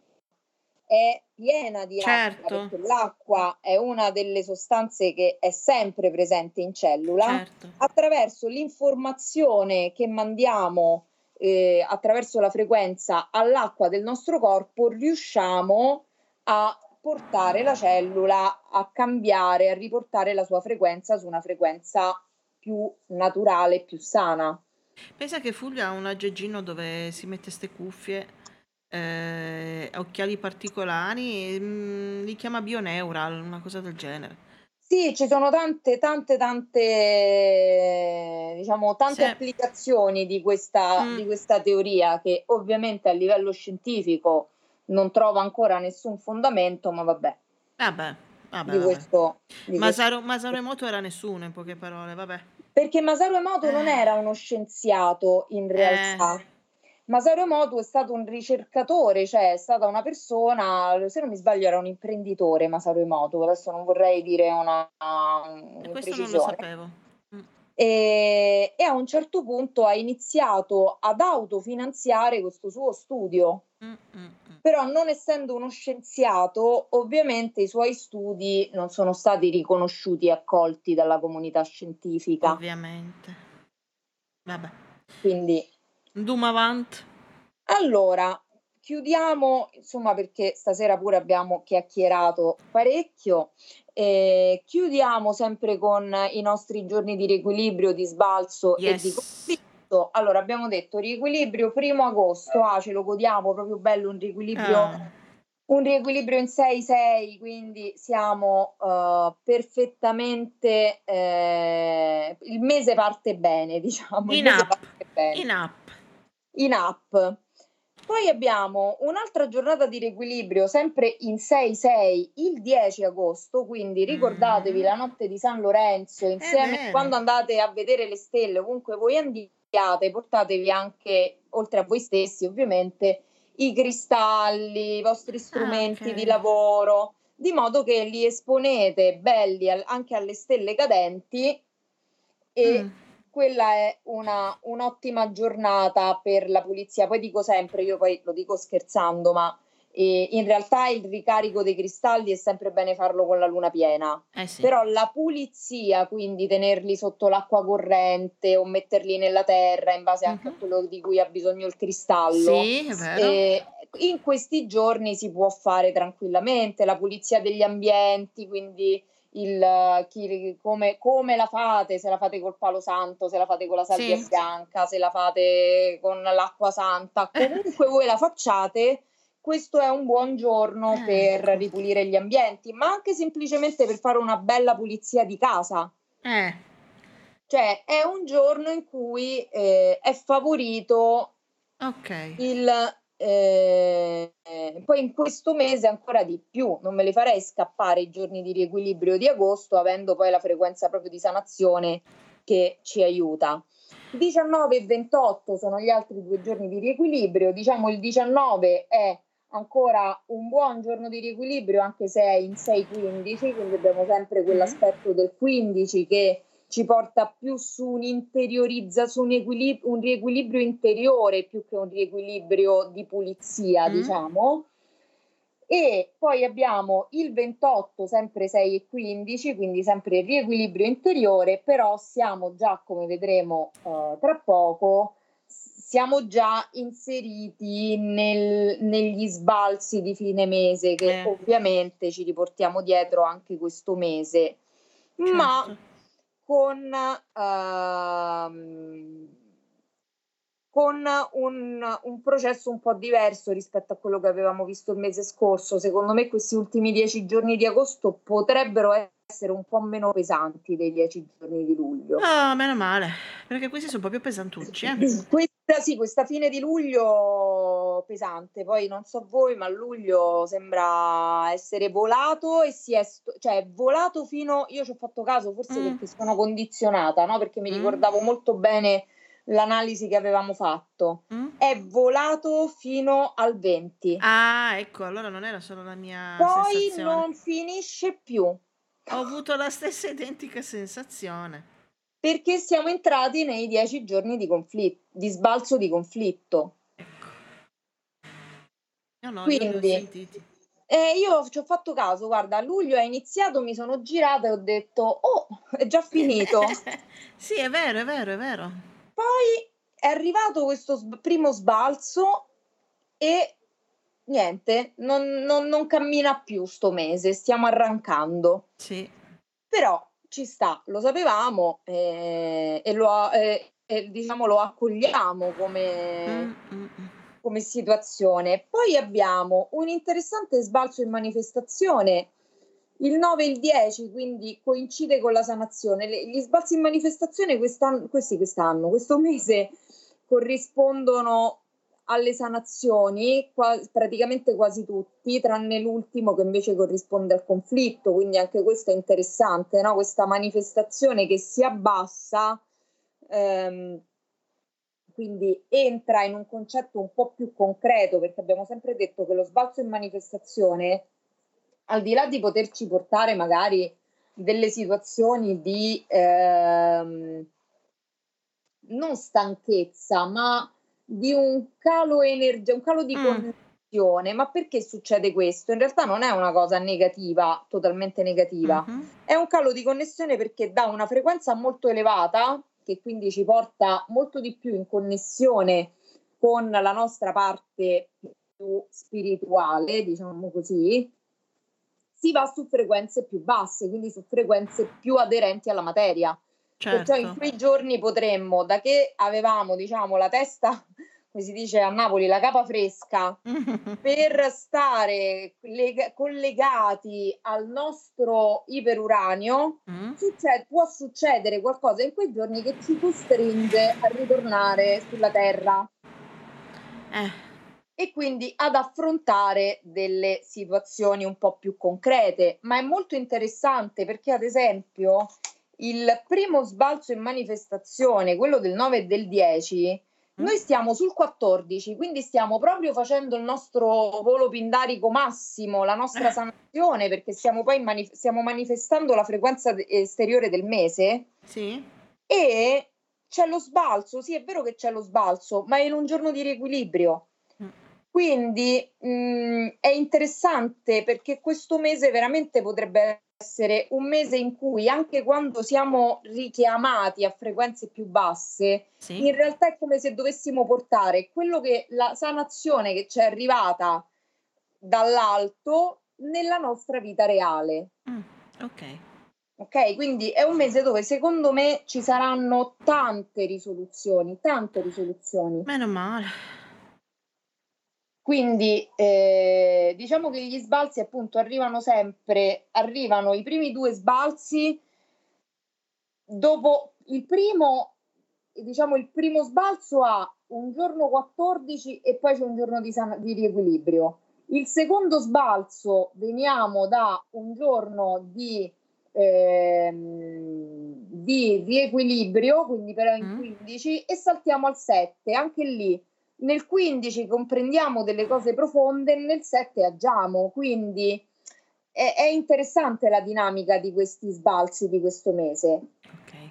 è piena di acqua, Certo, perché l'acqua è una delle sostanze che è sempre presente in cellula, certo. attraverso l'informazione che mandiamo, attraverso la frequenza all'acqua del nostro corpo, riusciamo a portare la cellula a cambiare, a riportare la sua frequenza su una frequenza più naturale, più sana. Pensa che Fulvia ha un aggeggino dove si mette 'ste cuffie, occhiali particolari, li chiama Bioneural, una cosa del genere. Sì, ci sono tante, diciamo, Sì. tante applicazioni di questa Mh. teoria che ovviamente a livello scientifico non trova ancora nessun fondamento, ma vabbè, Vabbè, vabbè, di vabbè. questo Masaru Emoto era nessuno in poche parole, vabbè. perché Masaru Emoto non Eh, era uno scienziato in eh, realtà. Masaru Emoto è stato un ricercatore, cioè è stata una persona, se non mi sbaglio era un imprenditore Masaru Emoto, adesso non vorrei dire una e questo non lo un'imprecisione. sapevo. E a un certo punto ha iniziato ad autofinanziare questo suo studio. Mh. Però non essendo uno scienziato, ovviamente i suoi studi non sono stati riconosciuti e accolti dalla comunità scientifica. Ovviamente. Vabbè. Quindi Andumo avant. allora, chiudiamo insomma perché stasera pure abbiamo chiacchierato parecchio, chiudiamo sempre con i nostri giorni di riequilibrio, di sbalzo e di Yes. conflitto. Allora abbiamo detto riequilibrio primo agosto, ce lo godiamo, proprio bello Ah, un riequilibrio in 6-6, quindi siamo, perfettamente il mese parte bene, diciamo, il in mese up, parte bene. in up. In app. Poi abbiamo un'altra giornata di riequilibrio, sempre in 6-6, il 10 agosto, quindi ricordatevi Mh. la notte di San Lorenzo, È insieme vero. quando andate a vedere le stelle, ovunque voi andiate, portatevi anche, oltre a voi stessi ovviamente, i cristalli, i vostri Ah, strumenti di okay. lavoro, di modo che li esponete belli anche alle stelle cadenti Mh. e quella è un'ottima giornata per la pulizia. Poi dico sempre, io poi lo dico scherzando, ma in realtà il ricarico dei cristalli è sempre bene farlo con la luna piena. Eh sì. Però la pulizia, quindi tenerli sotto l'acqua corrente o metterli nella terra in base anche a Mh-mh. quello di cui ha bisogno il cristallo, Sì, è vero. e in questi giorni si può fare tranquillamente la pulizia degli ambienti, quindi come la fate, se la fate col palo santo, se la fate con la salvia Sì. bianca, se la fate con l'acqua santa, comunque voi la facciate, questo è un buon giorno per Ecco. ripulire gli ambienti, ma anche semplicemente per fare una bella pulizia di casa. Eh, Cioè è un giorno in cui, è favorito okay. il poi in questo mese ancora di più, non me li farei scappare i giorni di riequilibrio di agosto, avendo poi la frequenza proprio di sanazione che ci aiuta. 19 e 28 sono gli altri 2 giorni di riequilibrio, diciamo il 19 è ancora un buon giorno di riequilibrio, anche se è in 6-15, quindi abbiamo sempre Mh. quell'aspetto del 15 che ci porta più su un riequilibrio interiore più che un riequilibrio di pulizia, Mh. diciamo. E poi abbiamo il 28, sempre 6 e 15, quindi sempre il riequilibrio interiore, però siamo già, come vedremo tra poco, siamo già inseriti negli sbalzi di fine mese che Eh, ovviamente ci riportiamo dietro anche questo mese, ma certo. con, uhm, con un processo un po' diverso rispetto a quello che avevamo visto il mese scorso. Secondo me questi ultimi 10 giorni di agosto potrebbero essere un po' meno pesanti dei 10 giorni di luglio. Ah, meno male, perché questi son proprio pesantucci, eh. Questa fine di luglio pesante, poi non so voi, ma luglio sembra essere volato e si è cioè è volato fino, io ci ho fatto caso forse Mh. perché sono condizionata, no, perché mi Mh. ricordavo molto bene l'analisi che avevamo fatto. Mh. È volato fino al 20. Ah, ecco, allora non era solo la mia Poi sensazione. non finisce più, Ho avuto la stessa identica sensazione. perché siamo entrati nei 10 giorni di sbalzo di conflitto. Ecco. No, io li ho Quindi sentiti. io ci ho fatto caso, guarda, a luglio è iniziato, mi sono girata e ho detto: "Oh, è già finito". Sì, è vero, è vero, è vero. Poi è arrivato questo primo sbalzo e niente, non cammina più 'sto mese, stiamo arrancando. Sì. Però ci sta, lo sapevamo, e diciamo lo accogliamo Mh. come situazione. Poi abbiamo un interessante sbalzo in manifestazione Il 9 e il 10 quindi coincide con la sanazione. Gli sbalzi in manifestazione questo mese corrispondono alle sanazioni, praticamente quasi tutti, tranne l'ultimo che invece corrisponde al conflitto, quindi anche questo è interessante, no? Questa manifestazione che si abbassa, quindi entra in un concetto un po' più concreto, perché abbiamo sempre detto che lo sbalzo in manifestazione, al di là di poterci portare magari delle situazioni di non stanchezza, ma di un calo un calo di connessione. Ma perché succede questo? In realtà non è una cosa negativa, totalmente negativa. È un calo di connessione perché dà una frequenza molto elevata, che quindi ci porta molto di più in connessione con la nostra parte più spirituale, diciamo così, si va su frequenze più basse, quindi su frequenze più aderenti alla materia. Perciò in Certo. quei giorni potremmo, da che avevamo, diciamo, la testa, come si dice a Napoli, la capa fresca, per stare collegati al nostro iperuranio, può succedere qualcosa in quei giorni che ci costringe a ritornare sulla Terra e quindi ad affrontare delle situazioni un po' più concrete. Ma è molto interessante perché, ad esempio, il primo sbalzo in manifestazione, quello del 9 e del 10, noi stiamo sul 14, quindi stiamo proprio facendo il nostro volo pindarico massimo, la nostra sanazione, perché stiamo poi stiamo manifestando la frequenza esteriore del mese. Sì. E c'è lo sbalzo, sì, è vero che c'è lo sbalzo, ma è in un giorno di riequilibrio. Quindi è interessante perché questo mese veramente potrebbe essere un mese in cui, anche quando siamo richiamati a frequenze più basse, Sì. in realtà è come se dovessimo portare la sanazione che ci è arrivata dall'alto nella nostra vita reale. Ok. Ok, quindi è un mese dove secondo me ci saranno tante risoluzioni, tante risoluzioni. Meno male. Quindi diciamo che gli sbalzi appunto arrivano i primi due sbalzi dopo il primo sbalzo ha un giorno 14 e poi c'è un giorno di riequilibrio. Il secondo sbalzo veniamo da un giorno di riequilibrio, quindi però in 15, e saltiamo al 7, anche lì. Nel 15 comprendiamo delle cose profonde, nel 7 agiamo, quindi è interessante la dinamica di questi sbalzi di questo mese. Ok.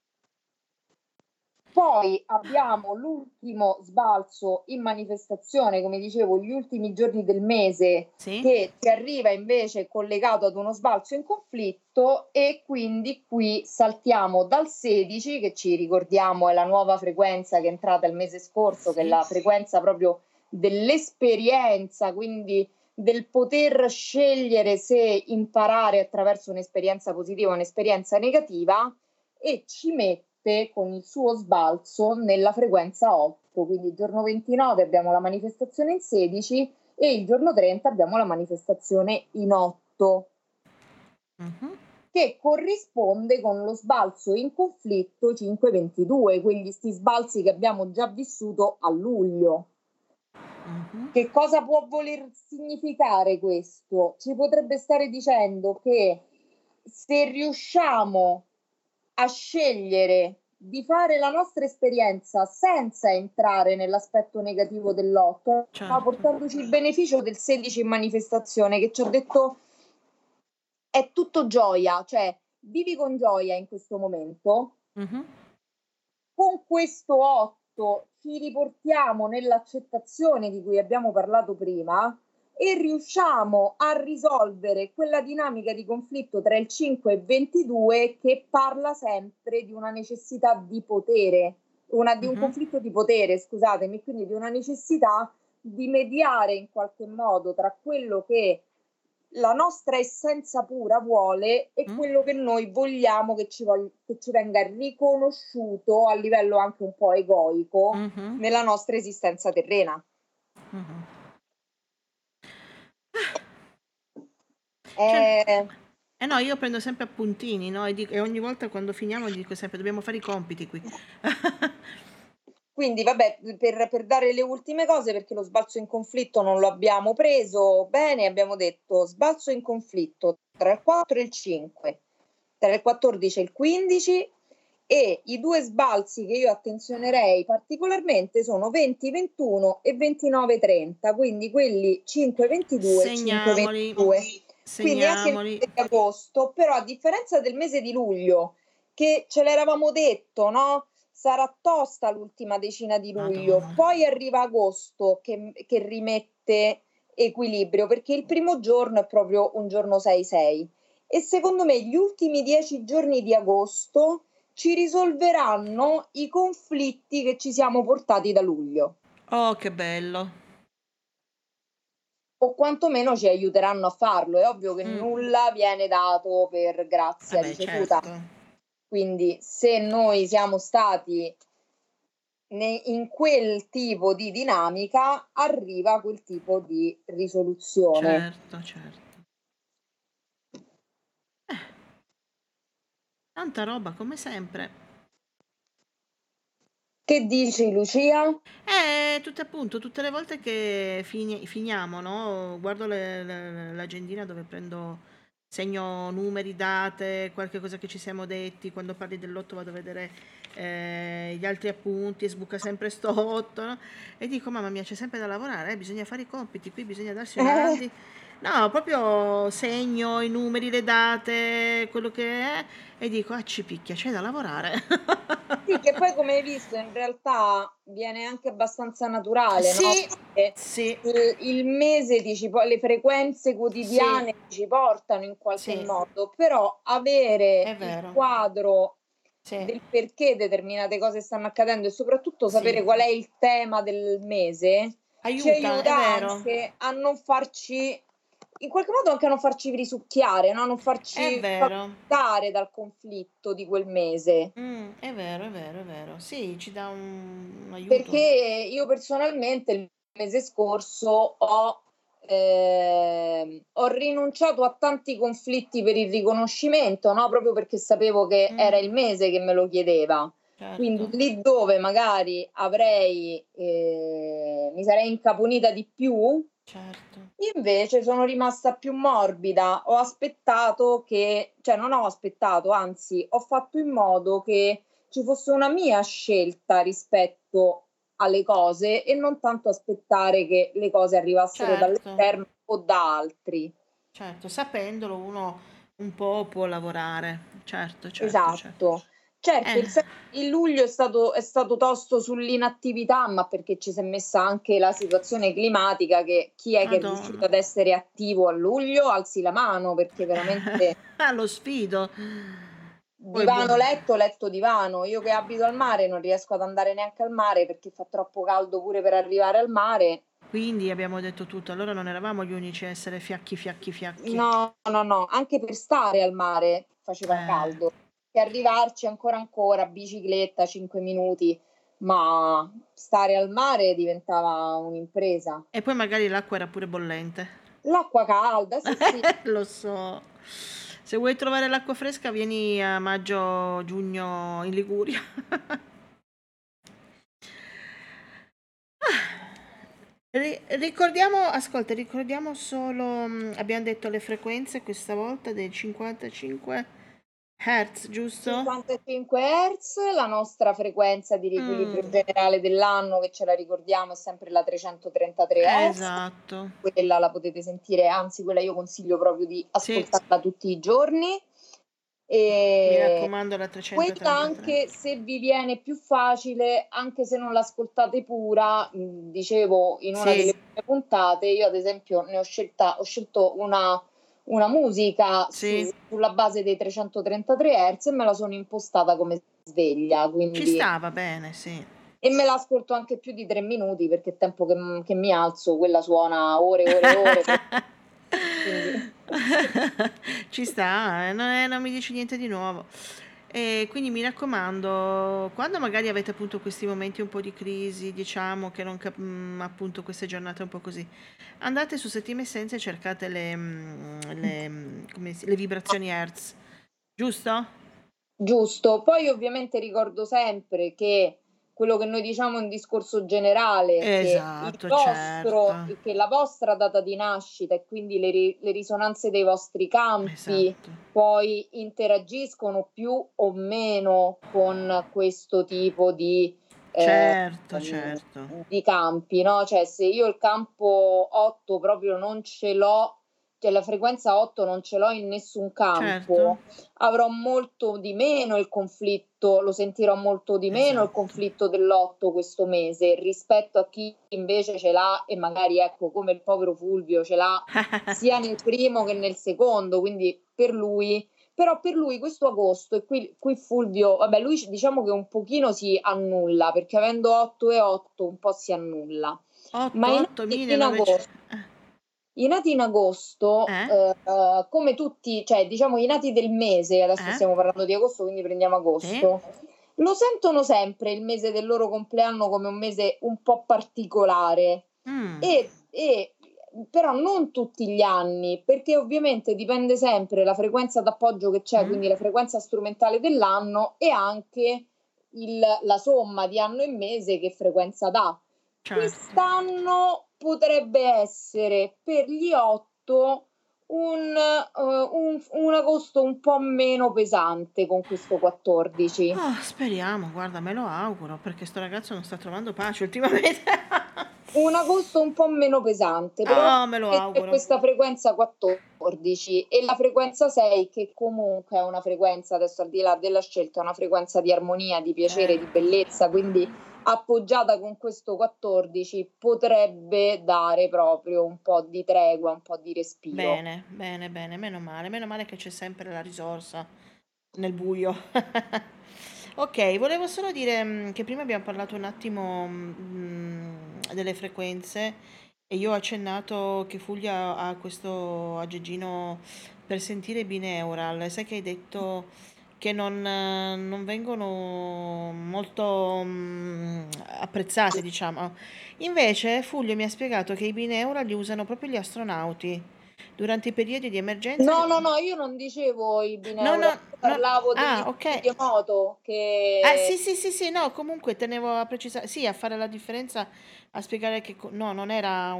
Poi abbiamo l'ultimo sbalzo in manifestazione, come dicevo, gli ultimi giorni del mese, Sì. che ci arriva invece collegato ad uno sbalzo in conflitto, e quindi qui saltiamo dal 16, che ci ricordiamo è la nuova frequenza che è entrata il mese scorso, che è la frequenza proprio dell'esperienza, quindi del poter scegliere se imparare attraverso un'esperienza positiva o un'esperienza negativa, e ci mette con il suo sbalzo nella frequenza 8, quindi il giorno 29 abbiamo la manifestazione in 16 e il giorno 30 abbiamo la manifestazione in 8, che corrisponde con lo sbalzo in conflitto 5-22, quindi sti sbalzi che abbiamo già vissuto a luglio. Che cosa può voler significare questo? Ci potrebbe stare dicendo che se riusciamo a scegliere di fare la nostra esperienza senza entrare nell'aspetto negativo dell'8, Certo. portandoci il beneficio del 16 in manifestazione, che ci ho detto è tutto gioia, cioè vivi con gioia in questo momento. Con questo 8 ci riportiamo nell'accettazione di cui abbiamo parlato prima e riusciamo a risolvere quella dinamica di conflitto tra il 5 e il 22 che parla sempre di una necessità di potere, di un conflitto di potere, scusatemi, quindi di una necessità di mediare in qualche modo tra quello che la nostra essenza pura vuole e quello che noi vogliamo che ci venga riconosciuto a livello anche un po' egoico nella nostra esistenza terrena. Eh no, io prendo sempre appuntini, no? E ogni volta quando finiamo gli dico sempre dobbiamo fare i compiti qui. Quindi vabbè, per dare le ultime cose, perché lo sbalzo in conflitto non lo abbiamo preso bene, abbiamo detto sbalzo in conflitto tra il 4 e il 5, tra il 14 e il 15, e i due sbalzi che io attenzionerei particolarmente sono 20-21 e 29-30, quindi quelli 5-22 e Segniamoli, 5-22. Quindi anche il segniamoli. mese di agosto, però a differenza del mese di luglio, che ce l'eravamo detto, no? Sarà tosta l'ultima decina di luglio, Madonna. poi arriva agosto che rimette equilibrio, perché il primo giorno è proprio un giorno 6-6 e secondo me gli ultimi 10 giorni di agosto ci risolveranno i conflitti che ci siamo portati da luglio, Oh, che bello. o quantomeno ci aiuteranno a farlo. È ovvio che nulla viene dato per grazia Vabbè, ricevuta, certo. quindi se noi siamo stati in quel tipo di dinamica, arriva quel tipo di risoluzione. Certo, certo. Tanta roba, come sempre. Che dici, Lucia? Tutte le volte che finiamo, no? Guardo l'agendina dove segno numeri, date, qualche cosa che ci siamo detti. Quando parli dell'otto vado a vedere gli altri appunti e sbuca sempre sto otto, no? E dico, mamma mia, c'è sempre da lavorare, bisogna fare i compiti, qui bisogna darsi una randi. No, proprio segno i numeri, le date, quello che è, e dico, ah, ci picchia, c'è da lavorare. Sì, che poi come hai visto in realtà viene anche abbastanza naturale, no, Sì, perché sì, il mese le frequenze sì, quotidiane ci portano in qualche sì, modo, però avere è il vero. quadro Sì, del perché determinate cose stanno accadendo e soprattutto sì. sapere qual è il tema del mese ci Aiuta, è aiuta vero. anche a non farci, in qualche modo anche a non farci risucchiare, no? Non È farci vero. spaventare dal conflitto di quel mese. È vero, è vero, è vero. Sì, ci dà un Perché aiuto. io personalmente il mese scorso ho rinunciato a tanti conflitti per il riconoscimento, no, proprio perché sapevo che era Mm, il mese che me lo chiedeva. Quindi certo, lì dove magari mi sarei incaponita di più, certo. invece sono rimasta più morbida. Ho aspettato cioè non ho aspettato, anzi ho fatto in modo che ci fosse una mia scelta rispetto alle cose e non tanto aspettare che le cose arrivassero Certo, dall'esterno o da altri. certo. Sapendolo uno un po' può lavorare. Certo, certo, certo. Esatto. Certo, Eh, il luglio è stato tosto sull'inattività, ma perché ci s'è messa anche la situazione climatica, che chi è che è riuscito Madonna. ad essere attivo a luglio? Alzi la mano, perché veramente Lo sfido. Poi, boh. divano letto, letto divano. Io che abito al mare non riesco ad andare neanche al mare perché fa troppo caldo pure per arrivare al mare. Quindi abbiamo detto tutto. Allora non eravamo gli unici a essere fiacchi, fiacchi, fiacchi. No, no, no, anche per stare al mare faceva Eh. caldo. E arrivarci ancora, bicicletta, 5 minuti, ma stare al mare diventava un'impresa. E poi magari l'acqua era pure bollente. L'acqua calda, sì, sì. Lo so. Se vuoi trovare l'acqua fresca vieni a maggio, giugno in Liguria. Ricordiamo, ascolta, ricordiamo solo, abbiamo detto le frequenze questa volta del 55 Hz, giusto? 55 Hz, la nostra frequenza di riequilibrio Mm, generale dell'anno, che ce la ricordiamo, è sempre la 333 Hz. esatto. Quella la potete sentire, anzi quella io consiglio proprio di Sì, ascoltarla tutti i giorni. mi E raccomando la quella 333. anche se vi viene più facile, anche se non l'ascoltate pura, dicevo in una Sì, delle prime puntate, io ad esempio ho scelto una musica sì. sulla base dei 333 Hz e me la sono impostata come sveglia, Ci quindi stava bene, sì. e me la ascolto anche più di 3 minuti perché è tempo che mi alzo, quella suona ore e ore e ore, quindi Ci sta, non mi dici niente di nuovo. E quindi mi raccomando, quando magari avete appunto questi momenti un po' di crisi, diciamo che non appunto queste giornate un po' così, andate su Settima Essenza e cercate le vibrazioni Hertz, giusto? Giusto. Poi ovviamente ricordo sempre che quello che noi diciamo è un discorso generale, Esatto, certo, che la vostra data di nascita e quindi le risonanze dei vostri campi esatto, poi interagiscono più o meno con questo tipo ehm, certo, certo, di campi, no, cioè se io il campo 8 proprio non ce l'ho, cioè la frequenza 8 non ce l'ho in nessun certo, campo, avrò molto di meno il conflitto, lo sentirò molto di meno il esatto. conflitto dell'8 questo mese, rispetto a chi invece ce l'ha e magari, ecco, come il povero Fulvio ce l'ha sia nel primo che nel secondo, quindi per lui questo agosto e qui Fulvio, vabbè, lui diciamo che un pochino si annulla, perché avendo 8 e 8 un po' si annulla. Ma 8, 8, in 1900, agosto i nati in agosto, eh? come tutti, cioè diciamo i nati del mese, adesso Eh? stiamo parlando di agosto, quindi prendiamo Sì? agosto, lo sentono sempre il mese del loro compleanno come un mese un po' particolare Mm, e però non tutti gli anni, perché ovviamente dipende sempre la frequenza d'appoggio che c'è, mm, quindi la frequenza strumentale dell'anno e anche la somma di anno e mese che frequenza dà. certo. Quest'anno potrebbe essere per gli 8 un agosto un po' meno pesante con questo 14. Oh, speriamo, guarda, me lo auguro, perché sto ragazzo non sta trovando pace ultimamente. Un agosto un po' meno pesante, però Oh, me lo c'è auguro. questa frequenza 14 e la frequenza 6 che comunque è una frequenza, adesso al di là della scelta, è una frequenza di armonia, di piacere, di Certo. bellezza, quindi appoggiata con questo 14 potrebbe dare proprio un po' di tregua, un po' di respiro. Bene, bene, bene, meno male che c'è sempre la risorsa nel buio. Ok, volevo solo dire che prima abbiamo parlato un attimo delle frequenze e io ho accennato che Fulvia ha questo aggeggino per sentire binaural. Sai che hai detto che non vengono molto apprezzate, diciamo. Invece Fulvio mi ha spiegato che i binaural li usano proprio gli astronauti durante i periodi di emergenza. No, no, no, io non dicevo i No, binaural, no, io no. parlavo degli Ah, ok. studiomoto Ah, che sì, sì, sì, sì, no, comunque tenevo a precisare, sì, a fare la differenza, a spiegare che, no, non era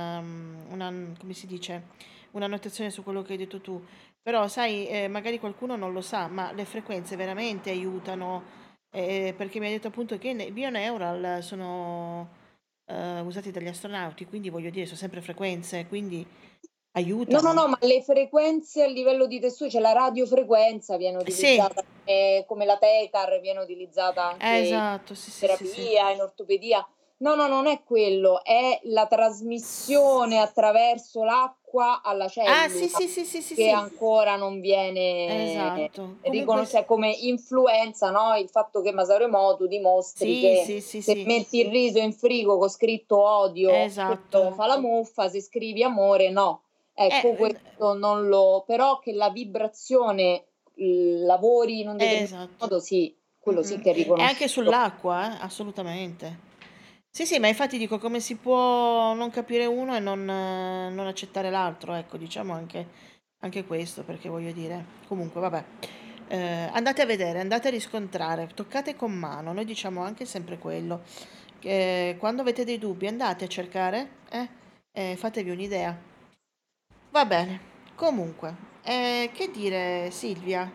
come si dice, una notazione su quello che hai detto tu, però sai, magari qualcuno non lo sa, ma le frequenze veramente aiutano, perché mi hai detto appunto che i bioneural sono usati dagli astronauti, quindi voglio dire, sono sempre frequenze, quindi no, no, aiutano. no, ma le frequenze a livello di tessuto, cioè la radiofrequenza viene Sì, utilizzata come la Tecar, viene utilizzata anche in esatto, sì, sì, sì, sì. terapia, in ortopedia. No, no, non è quello, è la trasmissione attraverso l'acqua alla Ah, sì, cellula sì, sì, sì, sì, che sì. ancora non viene Esatto. Comunque cioè come influenza, no, il fatto che Masaru Emoto dimostri sì, che sì, sì, se sì. metti il riso in frigo con scritto odio, Esatto. quello fa la muffa, se scrivi amore no. Ecco Eh, questo non lo però che la vibrazione, lavori in un determinato esatto. modo sì, quello sì Mm-mm. che è E anche riconosciuto. sull'acqua, assolutamente. Sì, sì, ma infatti dico come si può non capire uno e non accettare l'altro, ecco, diciamo anche questo, perché voglio dire, comunque, vabbè. Andate a vedere, andate a riscontrare, toccate con mano, noi diciamo anche sempre quello, che quando avete dei dubbi andate a cercare, e fatevi un'idea. Va bene, comunque, che dire Silvia?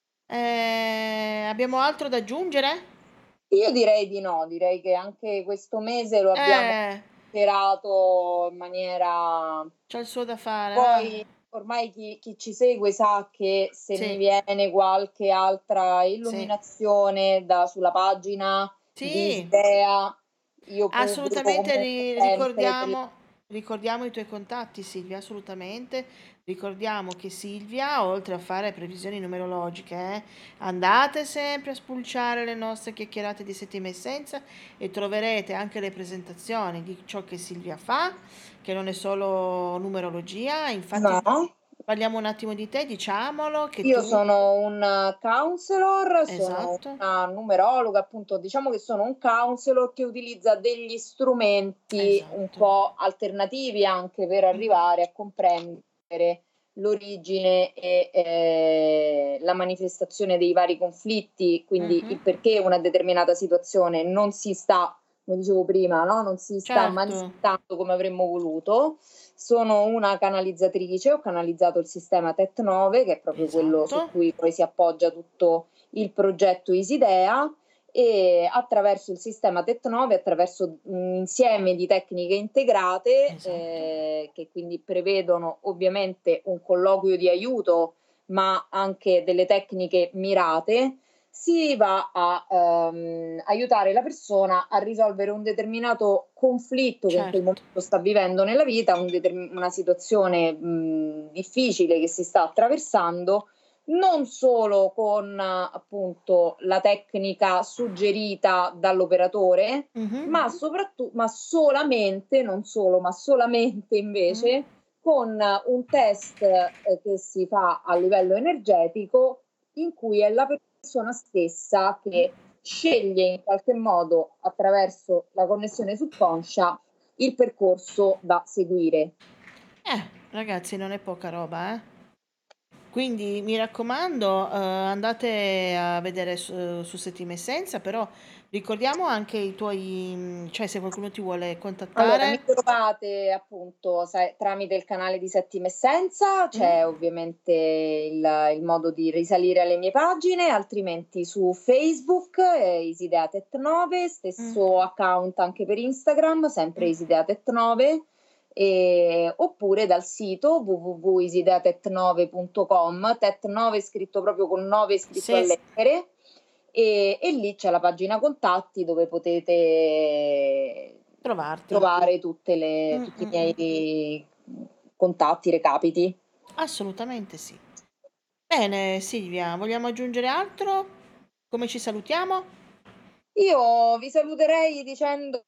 Abbiamo altro da aggiungere? Io direi di no, direi che anche questo mese lo abbiamo Eh, superato in maniera c'ho il suo da fare. Ah, poi ormai chi ci segue sa che se mi sì, viene qualche altra sì. illuminazione sulla pagina di Sì, Isdea, io pubblico assolutamente comunque sempre ricordiamo i tuoi contatti Silvia, assolutamente. Ricordiamo che Silvia, oltre a fare previsioni numerologiche, andate sempre a spulciare le nostre chiacchierate di settima essenza e troverete anche le presentazioni di ciò che Silvia fa, che non è solo numerologia, infatti no, Parliamo un attimo di te, diciamolo che Io tu sono un counselor, sono esatto, una numerologa, appunto, diciamo che sono un counselor che utilizza degli strumenti un esatto. po' alternativi anche per Mh-mh, arrivare a comprendere l'origine e, la manifestazione dei vari conflitti, quindi mh-mh. il perché una determinata situazione non si sta, come dicevo prima, no, non si sta Certo, manifestando come avremmo voluto. Sono una canalizzatrice, ho canalizzato il sistema TET9, che è proprio quello su esatto, cui poi si appoggia tutto il progetto Isidea, e attraverso il sistema TET9, attraverso un insieme di tecniche integrate, esatto. che quindi prevedono ovviamente un colloquio di aiuto, ma anche delle tecniche mirate, si va a aiutare la persona a risolvere un determinato conflitto che in quel Certo. momento sta vivendo nella vita, una situazione difficile che si sta attraversando, non solo con appunto la tecnica suggerita dall'operatore, Mh-mh. ma ma solamente, non solo, ma solamente Mh. invece con un test che si fa a livello energetico, in cui è la persona stessa Mh. che sceglie in qualche modo, attraverso la connessione subconscia, il percorso da seguire. Ragazzi non è poca roba, eh. Quindi mi raccomando, andate a vedere su Settima Essenza, però ricordiamo anche i tuoi cioè se qualcuno ti vuole Allora, mi contattare. trovate appunto tramite il canale di Settima Essenza, Mh? c'è ovviamente il modo di risalire alle mie pagine, altrimenti su Facebook, Isideatet9, Mh, stesso account anche per Instagram, sempre mh. Isideatet9, oppure dal sito www.isideatet9.com, Tet9 scritto proprio con 9 scritto a Sì, lettere, e lì c'è la pagina contatti dove potete trovarti. trovare tutti i Mh. miei contatti, recapiti. Assolutamente sì. Bene Silvia, vogliamo aggiungere altro? Come ci salutiamo? Io vi saluterei dicendo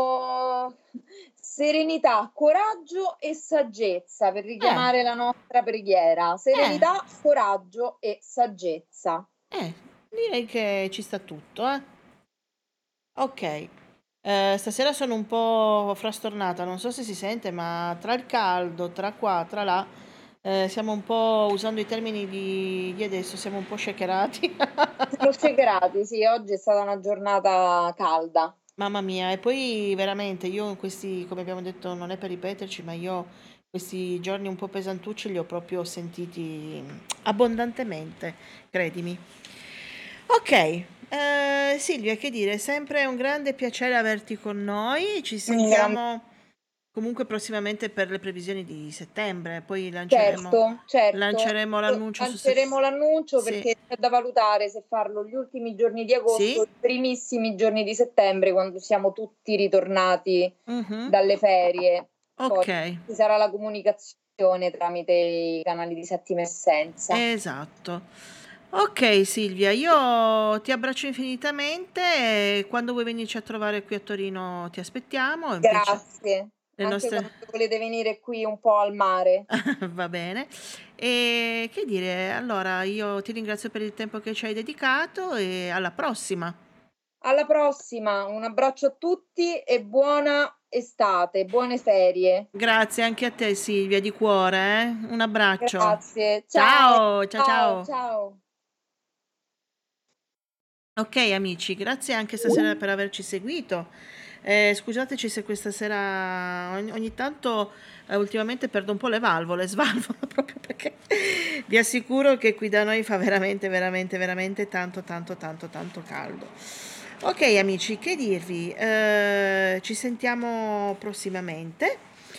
serenità, coraggio e saggezza per Eh, richiamare la nostra preghiera. eh, Serenità, coraggio e saggezza. eh, direi che ci sta tutto, eh. Ok. Stasera sono un po' frastornata, non so se si sente, ma tra il caldo, tra qua, tra là, siamo un po', usando i termini di adesso, siamo un po' shakerati. Siamo shakerati, sì, oggi è stata una giornata calda. Mamma mia, e poi veramente io in questi, come abbiamo detto, non è per ripeterci, ma io questi giorni un po' pesantucci li ho proprio sentiti abbondantemente, credimi. Ok, Silvia, che dire, è sempre un grande piacere averti con noi, ci Un gran sentiamo comunque prossimamente per le previsioni di settembre, poi Certo, certo. lanceremo l'annuncio su Lanceremo l'annuncio Sì, perché c'è da valutare se farlo gli ultimi giorni di agosto o sì? i primissimi giorni di settembre, quando siamo tutti ritornati Mhm. dalle ferie. Poi Ok. ci sarà la comunicazione tramite i canali di Settima Essenza. Esatto. Ok Silvia, io ti abbraccio infinitamente e quando vuoi venirci a trovare qui a Torino ti aspettiamo, è un piacere. Grazie, Le anche nostre... quando volete venire qui un po' al mare. Va bene. E che dire, allora io ti ringrazio per il tempo che ci hai dedicato e alla prossima. Alla prossima, un abbraccio a tutti e buona estate, buone ferie. Grazie anche a te Silvia, di cuore, eh? Un abbraccio. Grazie, ciao, Ciao, ciao, ciao, ciao. ciao. Ok amici, grazie anche stasera per averci seguito. Scusateci se questa sera ogni tanto ultimamente perdo un po' le valvole, svalvolo proprio perché vi assicuro che qui da noi fa veramente, veramente, veramente tanto, tanto, tanto, tanto caldo. Ok amici, che dirvi? Ci sentiamo prossimamente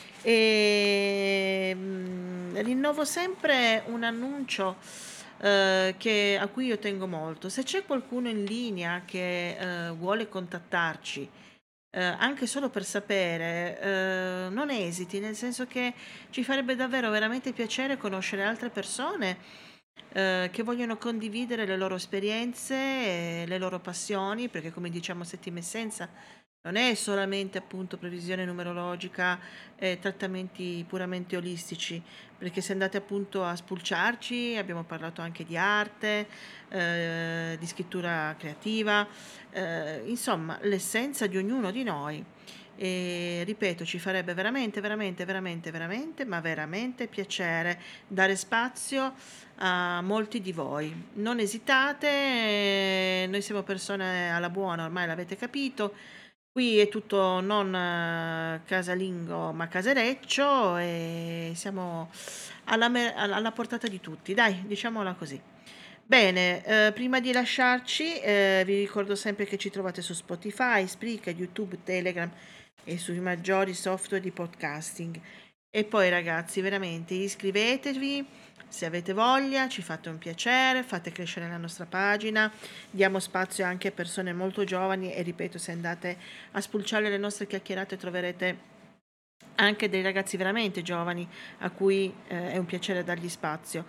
e rinnovo sempre un annuncio a cui io tengo molto. Se c'è qualcuno in linea che vuole contattarci, anche solo per sapere, non esiti, nel senso che ci farebbe davvero veramente piacere conoscere altre persone che vogliono condividere le loro esperienze e le loro passioni, perché come diciamo a Settima Essenza, non è solamente appunto previsione numerologica e trattamenti puramente olistici, perché se andate appunto a spulciarci abbiamo parlato anche di arte, di scrittura creativa, insomma l'essenza di ognuno di noi. E ripeto, ci farebbe veramente, veramente, veramente, veramente, ma veramente piacere dare spazio a molti di voi. Non esitate, noi siamo persone alla buona, ormai l'avete capito. Qui è tutto non casalingo, ma casereccio e siamo alla portata di tutti, dai, diciamola così. Bene, prima di lasciarci, vi ricordo sempre che ci trovate su Spotify, Spreaker, YouTube, Telegram e sui maggiori software di podcasting. E poi ragazzi, veramente iscrivetevi se avete voglia, ci fate un piacere, fate crescere la nostra pagina, diamo spazio anche a persone molto giovani e ripeto, se andate a spulciare le nostre chiacchierate troverete anche dei ragazzi veramente giovani a cui è un piacere dargli spazio.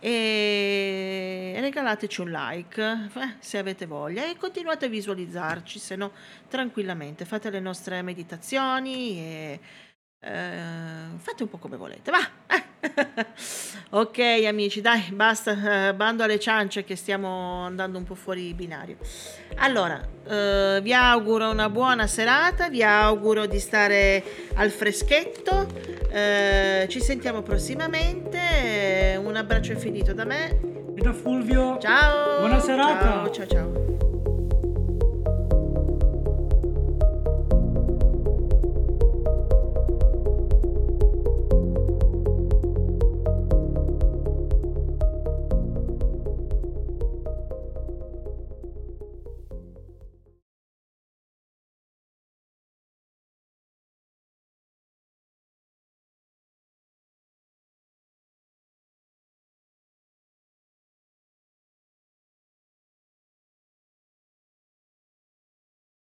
E regalateci un like se avete voglia e continuate a visualizzarci, se no tranquillamente fate le nostre meditazioni e fate un po' come volete, va. Ok amici, dai, basta, bando alle ciance che stiamo andando un po' fuori binario. Allora, vi auguro una buona serata, vi auguro di stare al freschetto, ci sentiamo prossimamente, un abbraccio infinito da me E da Fulvio. ciao, Buona serata. ciao ciao ciao.